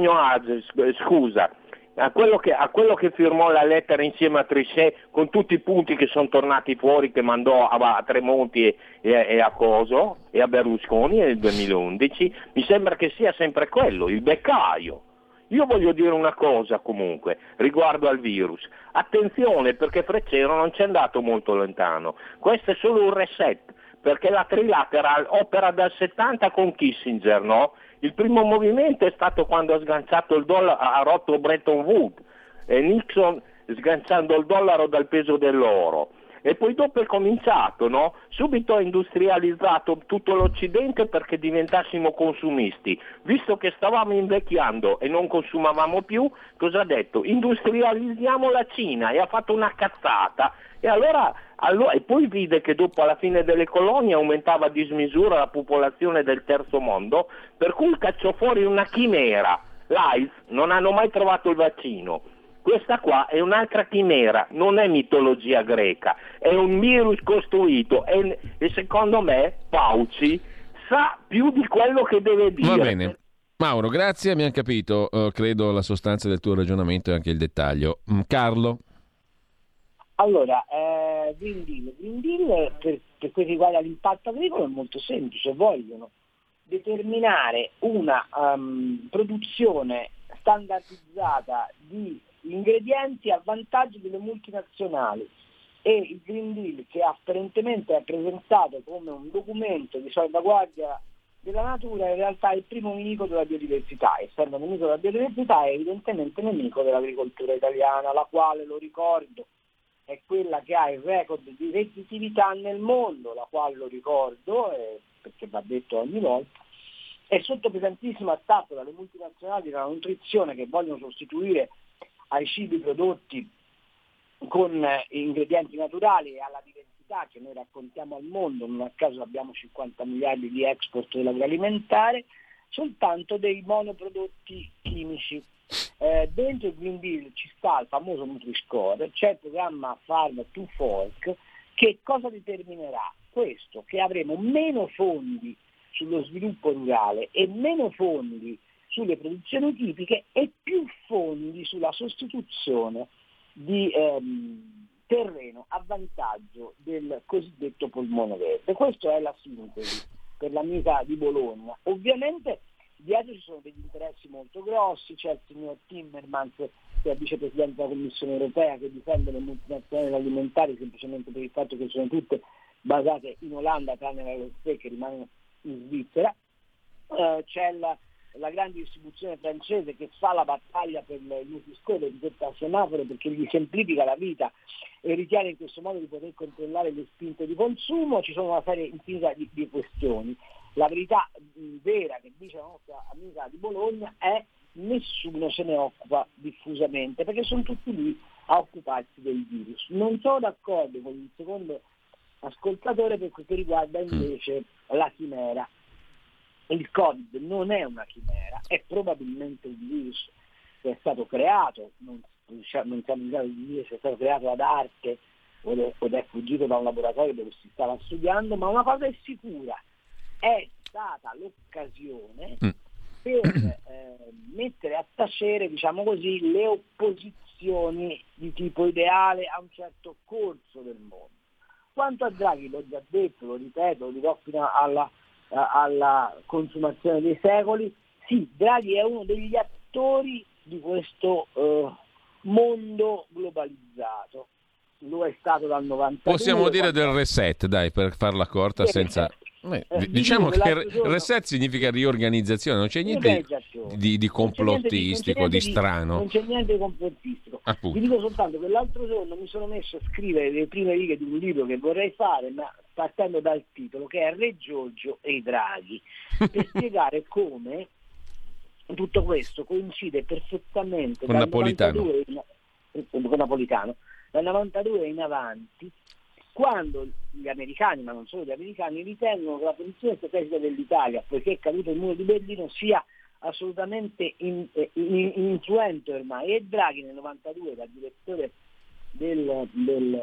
Scusa. A quello che firmò la lettera insieme a Trichet con tutti i punti che sono tornati fuori, che mandò a Tremonti e a Coso e a Berlusconi nel 2011, mi sembra che sia sempre quello, il beccaio. Io voglio dire una cosa comunque riguardo al virus, attenzione, perché Freccero non c'è andato molto lontano, questo è solo un reset, perché la trilateral opera dal 70 con Kissinger, no? Il primo movimento è stato quando ha sganciato il dollaro, ha rotto Bretton Woods, e Nixon sganciando il dollaro dal peso dell'oro. E poi dopo è cominciato, no? Subito ha industrializzato tutto l'Occidente perché diventassimo consumisti. Visto che stavamo invecchiando e non consumavamo più, cosa ha detto? Industrializziamo la Cina, e ha fatto una cazzata. E allora e poi vide che dopo, alla fine delle colonie, aumentava a dismisura la popolazione del terzo mondo, per cui cacciò fuori una chimera, l'AIDS. Non hanno mai trovato il vaccino. Questa qua è un'altra chimera, non è mitologia greca, è un virus costruito e secondo me Fauci sa più di quello che deve dire. Va bene. Mauro, grazie, mi hanno capito, credo, la sostanza del tuo ragionamento e anche il dettaglio. Carlo? Allora, Green Deal per quanto riguarda l'impatto agricolo è molto semplice, vogliono determinare una produzione standardizzata di ingredienti a vantaggio delle multinazionali, e il Green Deal, che apparentemente è presentato come un documento di salvaguardia della natura, in realtà è il primo nemico della biodiversità. Essendo nemico della biodiversità è evidentemente nemico dell'agricoltura italiana, la quale, lo ricordo, è quella che ha il record di redditività nel mondo, la quale, lo ricordo, perché va detto ogni volta, è sotto pesantissimo attacco dalle multinazionali della nutrizione che vogliono sostituire ai cibi prodotti con ingredienti naturali e alla diversità che noi raccontiamo al mondo. Non a caso abbiamo 50 miliardi di export dell'agroalimentare, soltanto dei monoprodotti chimici. Dentro il Green Deal ci sta il famoso Nutri-Score, c'è il programma Farm to Fork. Che cosa determinerà? Questo, che avremo meno fondi sullo sviluppo rurale e meno fondi sulle produzioni tipiche e più fondi sulla sostituzione di terreno a vantaggio del cosiddetto polmone verde. Questa è la sintesi per l'amica di Bologna. Ovviamente dietro ci sono degli interessi molto grossi, c'è il signor Timmermans, che è vicepresidente della Commissione europea, che difende le multinazionali alimentari semplicemente per il fatto che sono tutte basate in Olanda, tranne la Lotfe che rimane in Svizzera. C'è la grande distribuzione francese che fa la battaglia per il Nutri-Score, di a semaforo, perché gli semplifica la vita e ritiene in questo modo di poter controllare le spinte di consumo. Ci sono una serie infinita di questioni. La verità vera che dice la nostra amica di Bologna è: nessuno se ne occupa diffusamente, perché sono tutti lì a occuparsi del virus. Non sono d'accordo con il secondo ascoltatore per quel che riguarda invece la chimera. Il Covid non è una chimera, è probabilmente un virus che è stato creato, non siamo in grado di dire se è stato creato ad arte o è fuggito da un laboratorio dove si stava studiando, ma una cosa è sicura: è stata l'occasione per mettere a tacere, diciamo così, le opposizioni di tipo ideale a un certo corso del mondo. Quanto a Draghi, l'ho già detto, lo ripeto, lo dirò fino alla consumazione dei secoli, sì, Draghi è uno degli attori di questo mondo globalizzato. Lo è stato dal 92. Possiamo dire del reset, dai, per farla corta, senza... diciamo che reset significa riorganizzazione, non c'è niente di complottistico, di strano. Non c'è niente di complottistico. Vi dico soltanto che l'altro giorno mi sono messo a scrivere le prime righe di un libro che vorrei fare, ma partendo dal titolo, che è Re Giorgio e i Draghi, per spiegare come tutto questo coincide perfettamente con Napolitano. Con Napolitano. Dal 92 in avanti, quando gli americani, ma non solo gli americani, ritengono che la posizione strategica dell'Italia, poiché è caduto il muro di Berlino, sia assolutamente influente ormai. E Draghi nel 92, da direttore del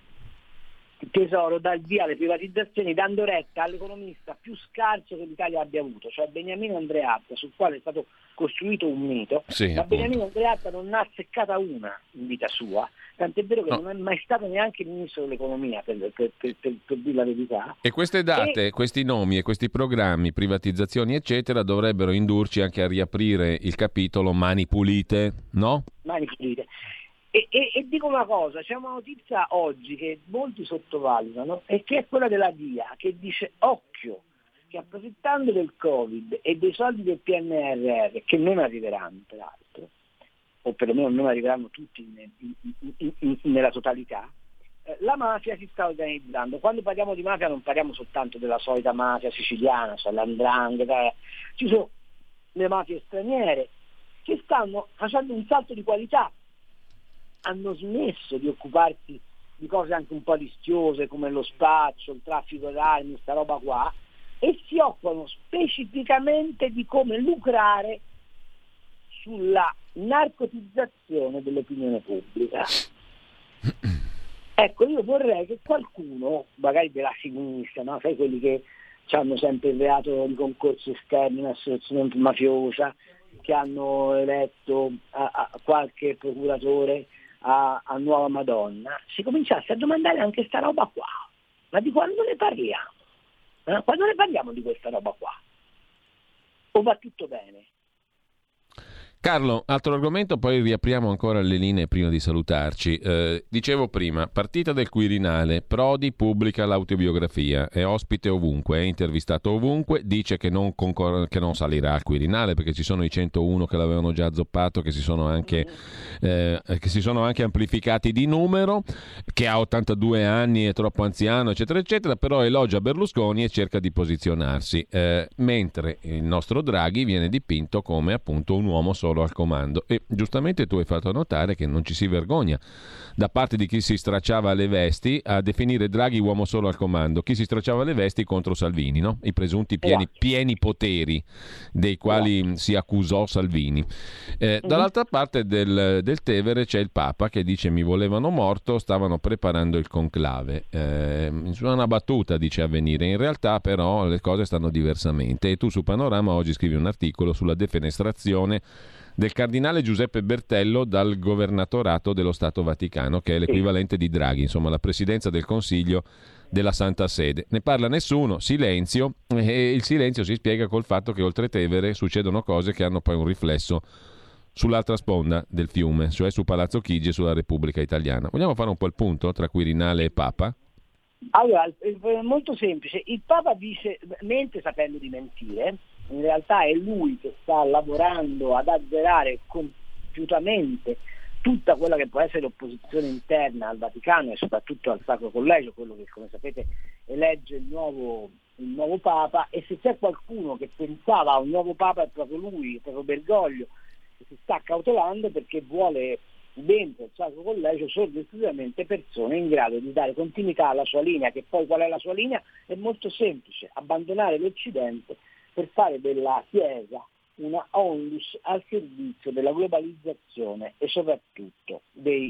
Tesoro, dà il via alle privatizzazioni, dando retta all'economista più scarso che l'Italia abbia avuto, cioè Beniamino Andreatta, sul quale è stato costruito un mito. Sì, ma Beniamino Andreatta non ha azzeccata una in vita sua, tant'è vero che non è mai stato neanche ministro dell'economia, per dire la verità. E queste date, questi nomi e questi programmi, privatizzazioni eccetera, dovrebbero indurci anche a riaprire il capitolo Mani Pulite, no? Mani Pulite. E dico una cosa, c'è una notizia oggi che molti sottovalutano, e che è quella della DIA, che dice: occhio, che approfittando del Covid e dei soldi del PNRR, che non arriveranno peraltro, o perlomeno non arriveranno tutti nella totalità, la mafia si sta organizzando. Quando parliamo di mafia non parliamo soltanto della solita mafia siciliana, cioè l''ndrangheta, ci sono le mafie straniere che stanno facendo un salto di qualità. Hanno smesso di occuparsi di cose anche un po' rischiose come lo spaccio, il traffico d'armi, sta roba qua, e si occupano specificamente di come lucrare sulla narcotizzazione dell'opinione pubblica. Ecco, io vorrei che qualcuno, magari della sinistra, no? Sai, quelli che hanno sempre il reato di concorso esterno in associazione mafiosa, che hanno eletto a qualche procuratore a Nuova Madonna, si cominciasse a domandare anche sta roba qua. Ma di quando ne parliamo? Quando ne parliamo di questa roba qua? O va tutto bene? Carlo, altro argomento, poi riapriamo ancora le linee prima di salutarci. Dicevo prima, partita del Quirinale, Prodi pubblica l'autobiografia, è ospite ovunque, è intervistato ovunque, dice che non salirà al Quirinale perché ci sono i 101 che l'avevano già azzoppato, che si sono anche amplificati di numero, che ha 82 anni, è troppo anziano, eccetera, eccetera, però elogia Berlusconi e cerca di posizionarsi, mentre il nostro Draghi viene dipinto come appunto un uomo solo al comando. E giustamente tu hai fatto notare che non ci si vergogna da parte di chi si stracciava le vesti a definire Draghi uomo solo al comando, chi si stracciava le vesti contro Salvini, no? I presunti pieni poteri dei quali si accusò Salvini. Dall'altra parte del Tevere c'è il Papa che dice mi volevano morto, stavano preparando il conclave. Una battuta, dice Avvenire, in realtà però le cose stanno diversamente, e tu su Panorama oggi scrivi un articolo sulla defenestrazione del cardinale Giuseppe Bertello dal governatorato dello Stato Vaticano, che è l'equivalente di Draghi, insomma la presidenza del Consiglio della Santa Sede. Ne parla nessuno, silenzio, e il silenzio si spiega col fatto che oltre Tevere succedono cose che hanno poi un riflesso sull'altra sponda del fiume, cioè su Palazzo Chigi e sulla Repubblica Italiana. Vogliamo fare un po' il punto tra Quirinale e Papa? Allora, è molto semplice. Il Papa mente sapendo di mentire. In realtà è lui che sta lavorando ad azzerare compiutamente tutta quella che può essere l'opposizione interna al Vaticano e soprattutto al Sacro Collegio, quello che, come sapete, elegge il nuovo Papa. E se c'è qualcuno che pensava a un nuovo Papa è proprio lui, è proprio Bergoglio, che si sta cautelando perché vuole dentro il Sacro Collegio solo ed esclusivamente persone in grado di dare continuità alla sua linea, che poi qual è la sua linea? È molto semplice: abbandonare l'Occidente per fare della Chiesa una onlus al servizio della globalizzazione e soprattutto dei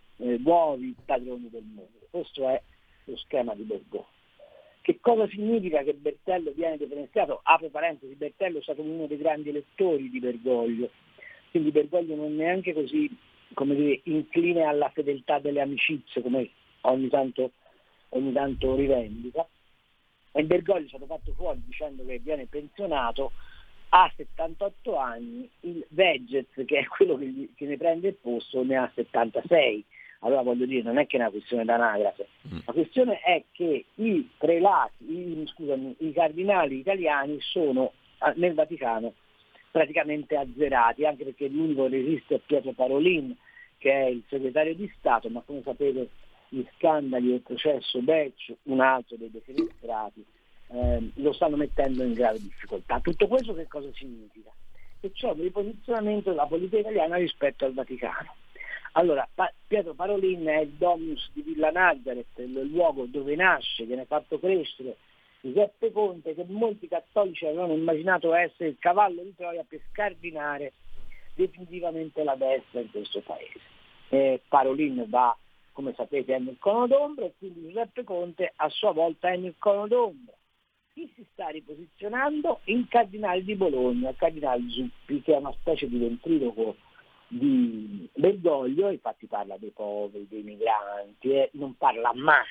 nuovi padroni del mondo. Questo è lo schema di Bergoglio. Che cosa significa che Bertello viene defenestrato? Apro parentesi, Bertello è stato uno dei grandi elettori di Bergoglio, quindi Bergoglio non è neanche così, come dire, incline alla fedeltà delle amicizie, come ogni tanto rivendica. E Bergoglio è stato fatto fuori dicendo che viene pensionato a 78 anni, il Veggez, che è quello che ne prende il posto, ne ha 76. Allora voglio dire, non è che è una questione d'anagrafe, la questione è che i cardinali italiani sono nel Vaticano praticamente azzerati, anche perché l'unico che resiste è Pietro Parolin, che è il segretario di Stato, ma come sapete gli scandali del processo Beccio, un altro dei defenestrati, lo stanno mettendo in grave difficoltà. Tutto questo che cosa significa? Che c'è un riposizionamento della politica italiana rispetto al Vaticano. Allora, Pietro Parolin è il dominus di Villa Nazareth, il luogo dove nasce, viene fatto crescere Giuseppe Conte, che molti cattolici avevano immaginato essere il cavallo di Troia per scardinare definitivamente la destra in questo paese. Parolin va, come sapete, è nel cono d'ombra, e quindi Giuseppe Conte a sua volta è nel cono d'ombra. Chi si sta riposizionando? Il cardinale di Bologna, il cardinale Zuppi, che è una specie di ventriloquo di Bergoglio, infatti parla dei poveri, dei migranti, e non parla mai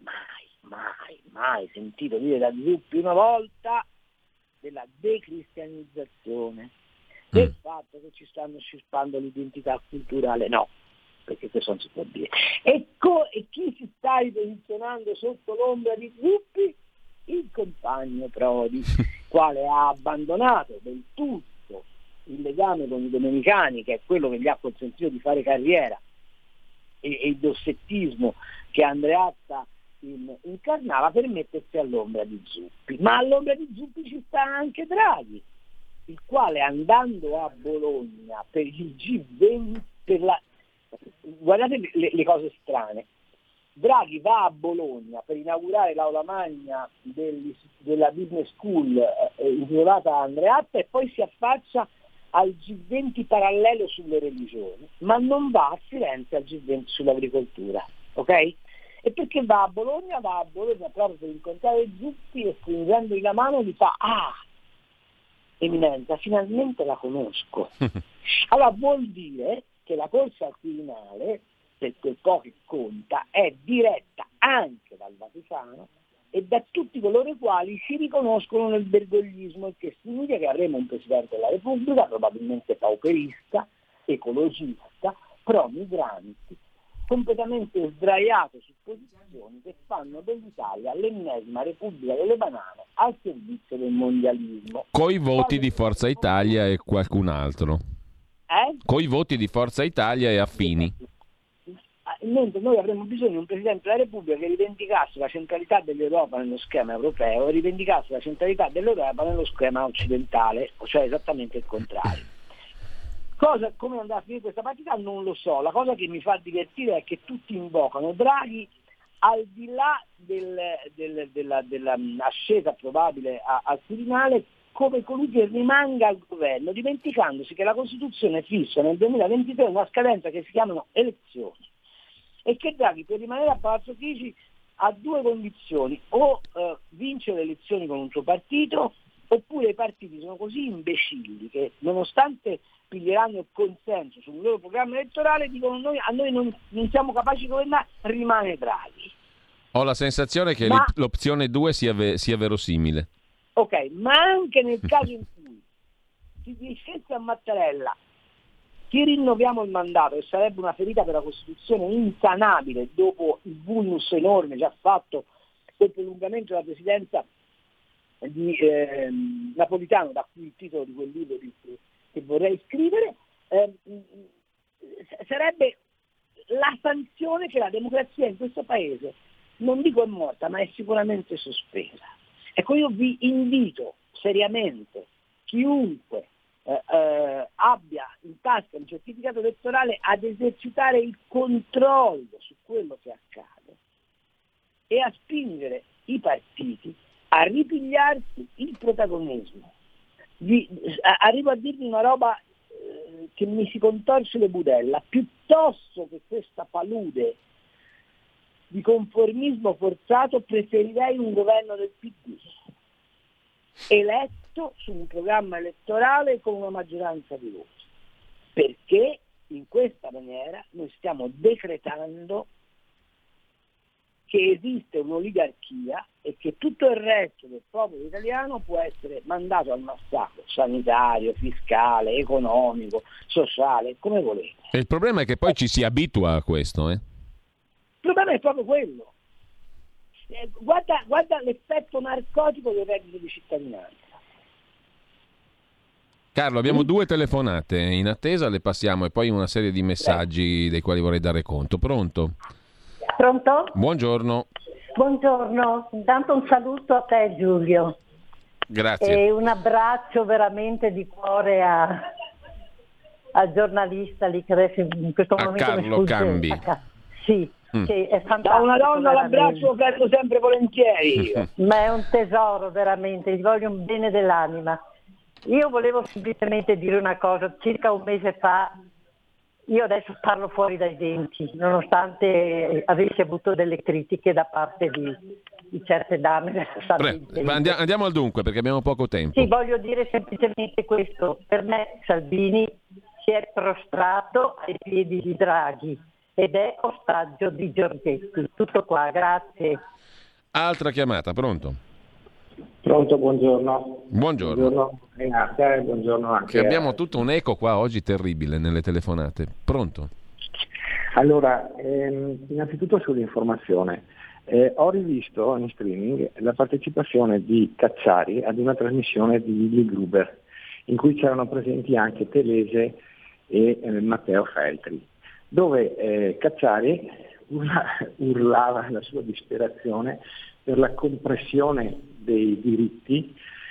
sentito dire da Zuppi una volta della decristianizzazione, del fatto che ci stanno sciupando l'identità culturale, no, perché questo non si può dire. E chi si sta riposizionando sotto l'ombra di Zuppi? Il compagno Prodi, quale ha abbandonato del tutto il legame con i domenicani, che è quello che gli ha consentito di fare carriera, e il dossettismo che Andreatta incarnava, per mettersi all'ombra di Zuppi. Ma all'ombra di Zuppi ci sta anche Draghi, il quale, andando a Bologna per il G20, guardate le cose strane, Draghi va a Bologna per inaugurare l'aula magna della Business School intitolata Andreatta, e poi si affaccia al G20 parallelo sulle religioni, ma non va a Firenze al G20 sull'agricoltura, ok? E perché va a Bologna? Va a Bologna proprio per incontrare Zuppi, e stringendogli la mano gli fa: ah, Eminenza, finalmente la conosco. Allora vuol dire che la corsa al Quirinale, per quel po' che conta, è diretta anche dal Vaticano e da tutti coloro i quali quali si riconoscono nel bergoglismo, il che significa che avremo un Presidente della Repubblica probabilmente pauperista, ecologista, pro-migranti, completamente sdraiato su posizioni che fanno dell'Italia l'ennesima Repubblica delle banane al servizio del mondialismo. Coi voti di Forza Italia e qualcun altro. Coi voti di Forza Italia e affini. Mentre noi avremmo bisogno di un Presidente della Repubblica che rivendicasse la centralità dell'Europa nello schema europeo e rivendicasse la centralità dell'Europa nello schema occidentale, cioè esattamente il contrario. Come andrà a finire questa partita non lo so, la cosa che mi fa divertire è che tutti invocano Draghi al di là della ascesa probabile al Quirinale come colui che rimanga al governo, dimenticandosi che la Costituzione fissa nel 2023 una scadenza che si chiamano elezioni e che Draghi per rimanere a Palazzo Chigi ha due condizioni: o vince le elezioni con un suo partito, oppure i partiti sono così imbecilli che nonostante piglieranno il consenso sul loro programma elettorale dicono a noi non siamo capaci di governare, rimane Draghi. Ho la sensazione che l'opzione 2 sia verosimile. Ok, ma anche nel caso in cui si dicesse a Mattarella ti rinnoviamo il mandato, che sarebbe una ferita per la Costituzione insanabile dopo il vulnus enorme già fatto col prolungamento della presidenza di Napolitano, da cui il titolo di quel libro che vorrei scrivere, sarebbe la sanzione che la democrazia in questo paese, non dico è morta, ma è sicuramente sospesa. Ecco, io vi invito seriamente, chiunque abbia in tasca un certificato elettorale, ad esercitare il controllo su quello che accade e a spingere i partiti a ripigliarsi il protagonismo. Arrivo a dirvi una roba che mi si contorce le budella: piuttosto che questa palude di conformismo forzato preferirei un governo del PD eletto su un programma elettorale con una maggioranza di voti, perché in questa maniera noi stiamo decretando che esiste un'oligarchia e che tutto il resto del popolo italiano può essere mandato al massacro sanitario, fiscale, economico, sociale, come volete. E il problema è che poi ci si abitua a questo, Il problema è proprio quello. Guarda l'effetto narcotico del reddito di cittadinanza. Carlo, abbiamo 2 telefonate in attesa, le passiamo, e poi una serie di messaggi dei quali vorrei dare conto. Pronto? Pronto? Buongiorno. Buongiorno, intanto un saluto a te Giulio. Grazie. E un abbraccio veramente di cuore al giornalista lì che adesso in questo momento Carlo Cambi. Sì. Che è fantastico. Da una donna l'abbraccio lo prendo sempre volentieri. Ma è un tesoro veramente, gli voglio un bene dell'anima. Io volevo semplicemente dire una cosa: circa un mese fa, io adesso parlo fuori dai denti, nonostante avessi avuto delle critiche da parte di certe dame. Andiamo al dunque, perché abbiamo poco tempo. Sì, voglio dire semplicemente questo: per me Salvini si è prostrato ai piedi di Draghi ed è ostaggio di Giorgetti. Tutto qua, grazie. Altra chiamata, pronto? Pronto, buongiorro. Buongiorno a te, buongiorno anche. Abbiamo tutto un eco qua oggi terribile nelle telefonate. Pronto? Allora, innanzitutto sull'informazione. Ho rivisto in streaming la partecipazione di Cacciari ad una trasmissione di Lili Gruber, in cui c'erano presenti anche Telese e Matteo Feltri, dove Cacciari urlava la sua disperazione per la compressione dei diritti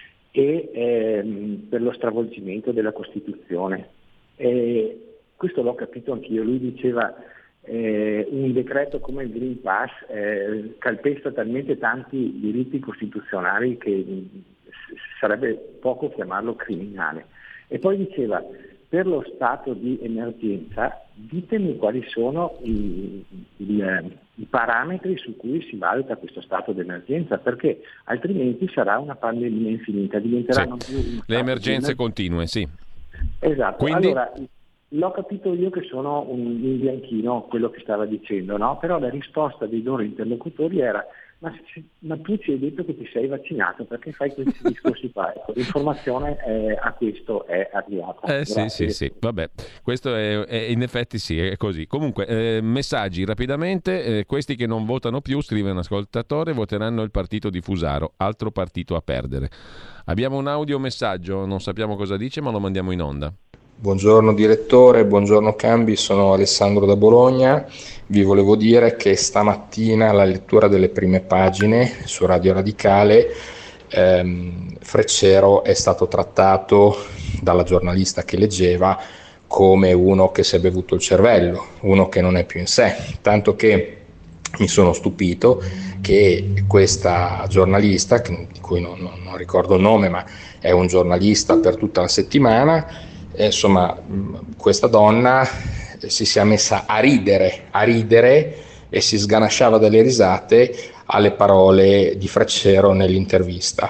e per lo stravolgimento della Costituzione. Questo l'ho capito anch'io. Lui diceva un decreto come il Green Pass calpesta talmente tanti diritti costituzionali che sarebbe poco chiamarlo criminale. E poi diceva: per lo stato di emergenza ditemi quali sono i parametri su cui si valuta questo stato di emergenza, perché altrimenti sarà una pandemia infinita, diventeranno più le emergenze continue, sì. Esatto. Quindi... Allora, l'ho capito io che sono un bianchino quello che stava dicendo, no? Però la risposta dei loro interlocutori era: ma tu ci hai detto che ti sei vaccinato, perché fai questi discorsi qua? Ecco, l'informazione a questo è arrivata. Sì, vabbè, questo è in effetti sì, è così. Comunque, messaggi rapidamente, questi che non votano più, scrive un ascoltatore, voteranno il partito di Fusaro, altro partito a perdere. Abbiamo un audiomessaggio, non sappiamo cosa dice, ma lo mandiamo in onda. Buongiorno direttore, buongiorno Cambi, sono Alessandro da Bologna. Vi volevo dire che stamattina alla lettura delle prime pagine su Radio Radicale Freccero è stato trattato dalla giornalista che leggeva come uno che si è bevuto il cervello, uno che non è più in sé, tanto che mi sono stupito che questa giornalista, di cui non ricordo il nome, ma è un giornalista per tutta la settimana, insomma questa donna si sia messa a ridere e si sganasciava dalle risate alle parole di Freccero nell'intervista.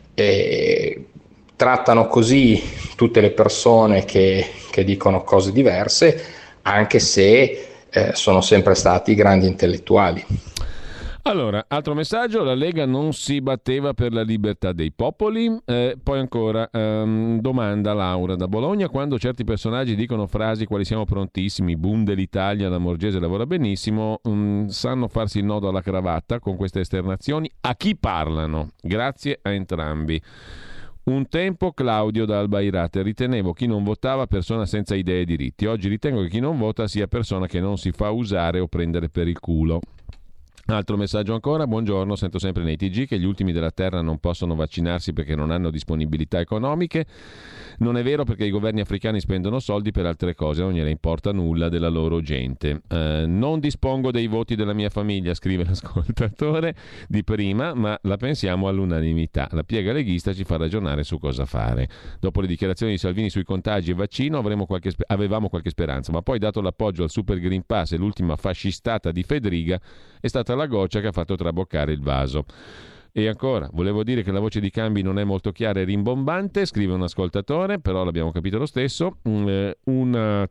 Trattano così tutte le persone che dicono cose diverse, anche se sono sempre stati grandi intellettuali. Allora, altro messaggio, la Lega non si batteva per la libertà dei popoli. Poi ancora, domanda Laura da Bologna, quando certi personaggi dicono frasi quali siamo prontissimi, boom dell'Italia, la Morgese lavora benissimo, sanno farsi il nodo alla cravatta con queste esternazioni, a chi parlano? Grazie a entrambi. Un tempo Claudio da Albairate, ritenevo chi non votava persona senza idee e diritti, oggi ritengo che chi non vota sia persona che non si fa usare o prendere per il culo. Altro messaggio ancora, buongiorno, sento sempre nei TG che gli ultimi della terra non possono vaccinarsi perché non hanno disponibilità economiche. Non è vero, perché i governi africani spendono soldi per altre cose, non gliene importa nulla della loro gente. Non dispongo dei voti della mia famiglia, scrive l'ascoltatore di prima, ma la pensiamo all'unanimità. La piega leghista ci fa ragionare su cosa fare. Dopo le dichiarazioni di Salvini sui contagi e vaccino avevamo qualche speranza, ma poi, dato l'appoggio al Super Green Pass e l'ultima fascistata di Fedriga, è stata la goccia che ha fatto traboccare il vaso. E ancora, volevo dire che la voce di Cambi non è molto chiara e rimbombante, scrive un ascoltatore, però l'abbiamo capito lo stesso. Un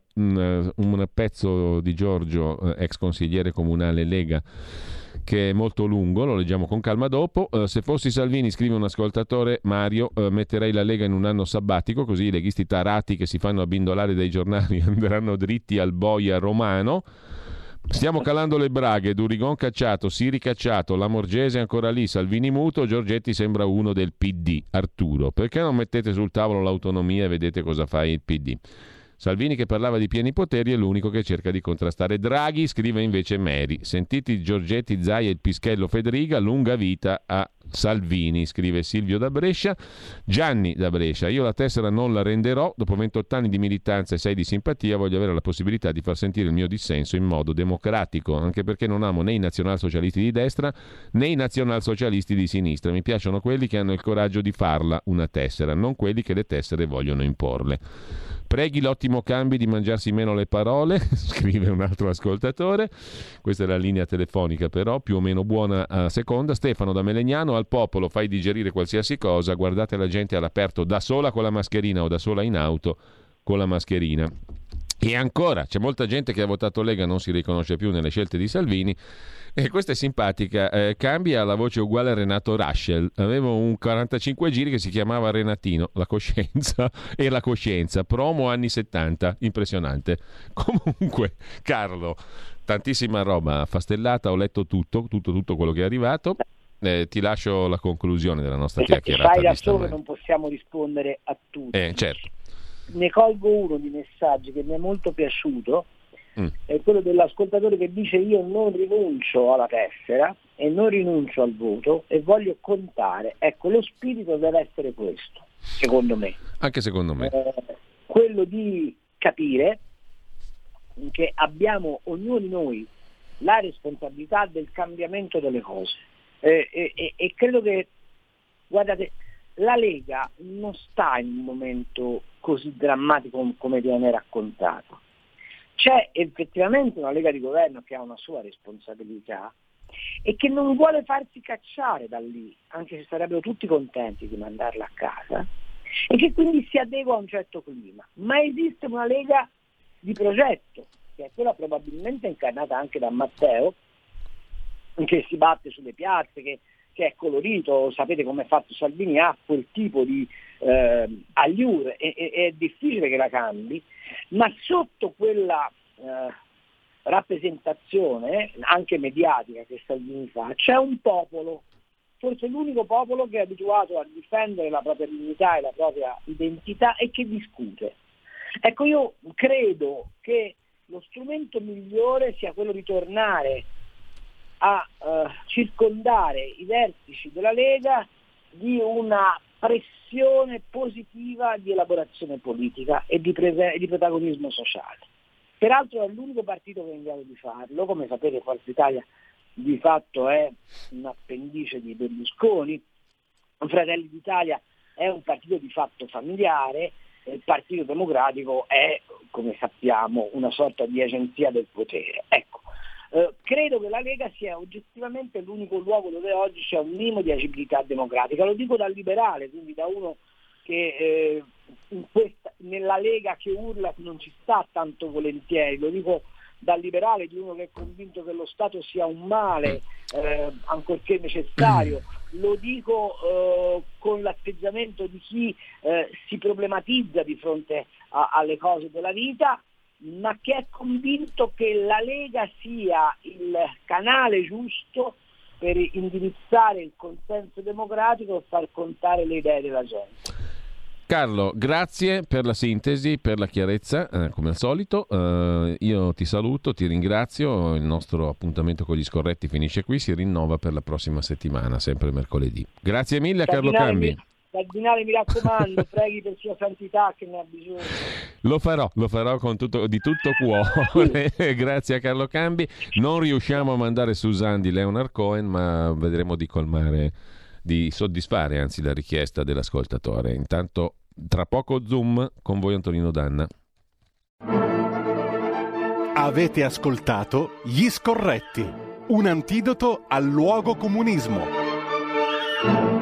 pezzo di Giorgio, ex consigliere comunale Lega, che è molto lungo, lo leggiamo con calma dopo. Se fossi Salvini, scrive un ascoltatore, Mario, metterei la Lega in un anno sabbatico, così i leghisti tarati che si fanno abbindolare dai giornali andranno dritti al boia romano. Stiamo calando le braghe, Durigon cacciato, Siri cacciato, la Morgese ancora lì, Salvini muto, Giorgetti sembra uno del PD. Arturo, perché non mettete sul tavolo l'autonomia e vedete cosa fa il PD? Salvini, che parlava di pieni poteri, è l'unico che cerca di contrastare Draghi, scrive invece Mary. Sentiti Giorgetti, Zaia e il pischello Federica, lunga vita a Salvini, scrive Silvio da Brescia. Gianni da Brescia, io la tessera non la renderò, dopo 28 anni di militanza e 6 di simpatia voglio avere la possibilità di far sentire il mio dissenso in modo democratico, anche perché non amo né i nazionalsocialisti di destra né i nazionalsocialisti di sinistra, mi piacciono quelli che hanno il coraggio di farla una tessera, non quelli che le tessere vogliono imporle. Preghi l'ottimo Cambi di mangiarsi meno le parole, scrive un altro ascoltatore. Questa è la linea telefonica, però più o meno buona a seconda. Stefano da Melegnano, al popolo fai digerire qualsiasi cosa, guardate la gente all'aperto da sola con la mascherina o da sola in auto con la mascherina. E ancora, c'è molta gente che ha votato Lega, non si riconosce più nelle scelte di Salvini. E questa è simpatica, cambia la voce uguale a Renato Raschel. Avevo un 45 giri che si chiamava Renatino, la coscienza e la coscienza, promo anni 70, impressionante. Comunque, Carlo, tantissima roba affastellata, ho letto tutto quello che è arrivato. Ti lascio la conclusione della nostra chiacchierata. Sai da solo non possiamo rispondere a tutti. Certo. Ne colgo uno di messaggi che mi è molto piaciuto, è quello dell'ascoltatore che dice: io non rinuncio alla tessera e non rinuncio al voto e voglio contare. Ecco, lo spirito deve essere questo, secondo me. Anche secondo me. Quello di capire che abbiamo ognuno di noi la responsabilità del cambiamento delle cose. E credo che, guardate, la Lega non sta in un momento così drammatico come viene raccontato. C'è effettivamente una Lega di governo che ha una sua responsabilità e che non vuole farsi cacciare da lì, anche se sarebbero tutti contenti di mandarla a casa, e che quindi si adegua a un certo clima. Ma esiste una Lega di progetto, che è quella probabilmente incarnata anche da Matteo, che si batte sulle piazze, che è colorito, sapete come è fatto Salvini, ha quel tipo di allure e è difficile che la cambi, ma sotto quella rappresentazione anche mediatica che Salvini fa c'è un popolo, forse l'unico popolo che è abituato a difendere la propria dignità e la propria identità e che discute. Ecco, io credo che lo strumento migliore sia quello di tornare a circondare i vertici della Lega di una pressione positiva di elaborazione politica e di protagonismo sociale. Peraltro è l'unico partito che è in grado di farlo, come sapete Forza Italia di fatto è un appendice di Berlusconi, Fratelli d'Italia è un partito di fatto familiare, il Partito Democratico è, come sappiamo, una sorta di agenzia del potere. Ecco, credo che la Lega sia oggettivamente l'unico luogo dove oggi c'è un minimo di agibilità democratica, lo dico da liberale, quindi da uno che nella Lega che urla non ci sta tanto volentieri, lo dico da liberale di uno che è convinto che lo Stato sia un male, ancorché necessario, lo dico con l'atteggiamento di chi si problematizza di fronte alle cose della vita, ma che è convinto che la Lega sia il canale giusto per indirizzare il consenso democratico e far contare le idee della gente. Carlo, grazie per la sintesi, per la chiarezza, come al solito. Io ti saluto, ti ringrazio. Il nostro appuntamento con gli scorretti finisce qui, si rinnova per la prossima settimana, sempre mercoledì. Grazie mille a Carlo Cambi. Cardinale, mi raccomando, preghi per Sua Santità che ne ha bisogno. Lo farò con di tutto cuore. Grazie a Carlo Cambi. Non riusciamo a mandare Suzanne di Leonard Cohen, ma vedremo di colmare, di soddisfare anzi la richiesta dell'ascoltatore. Intanto tra poco Zoom con voi Antonino Danna. Avete ascoltato Gli Scorretti, un antidoto al luogo comunismo.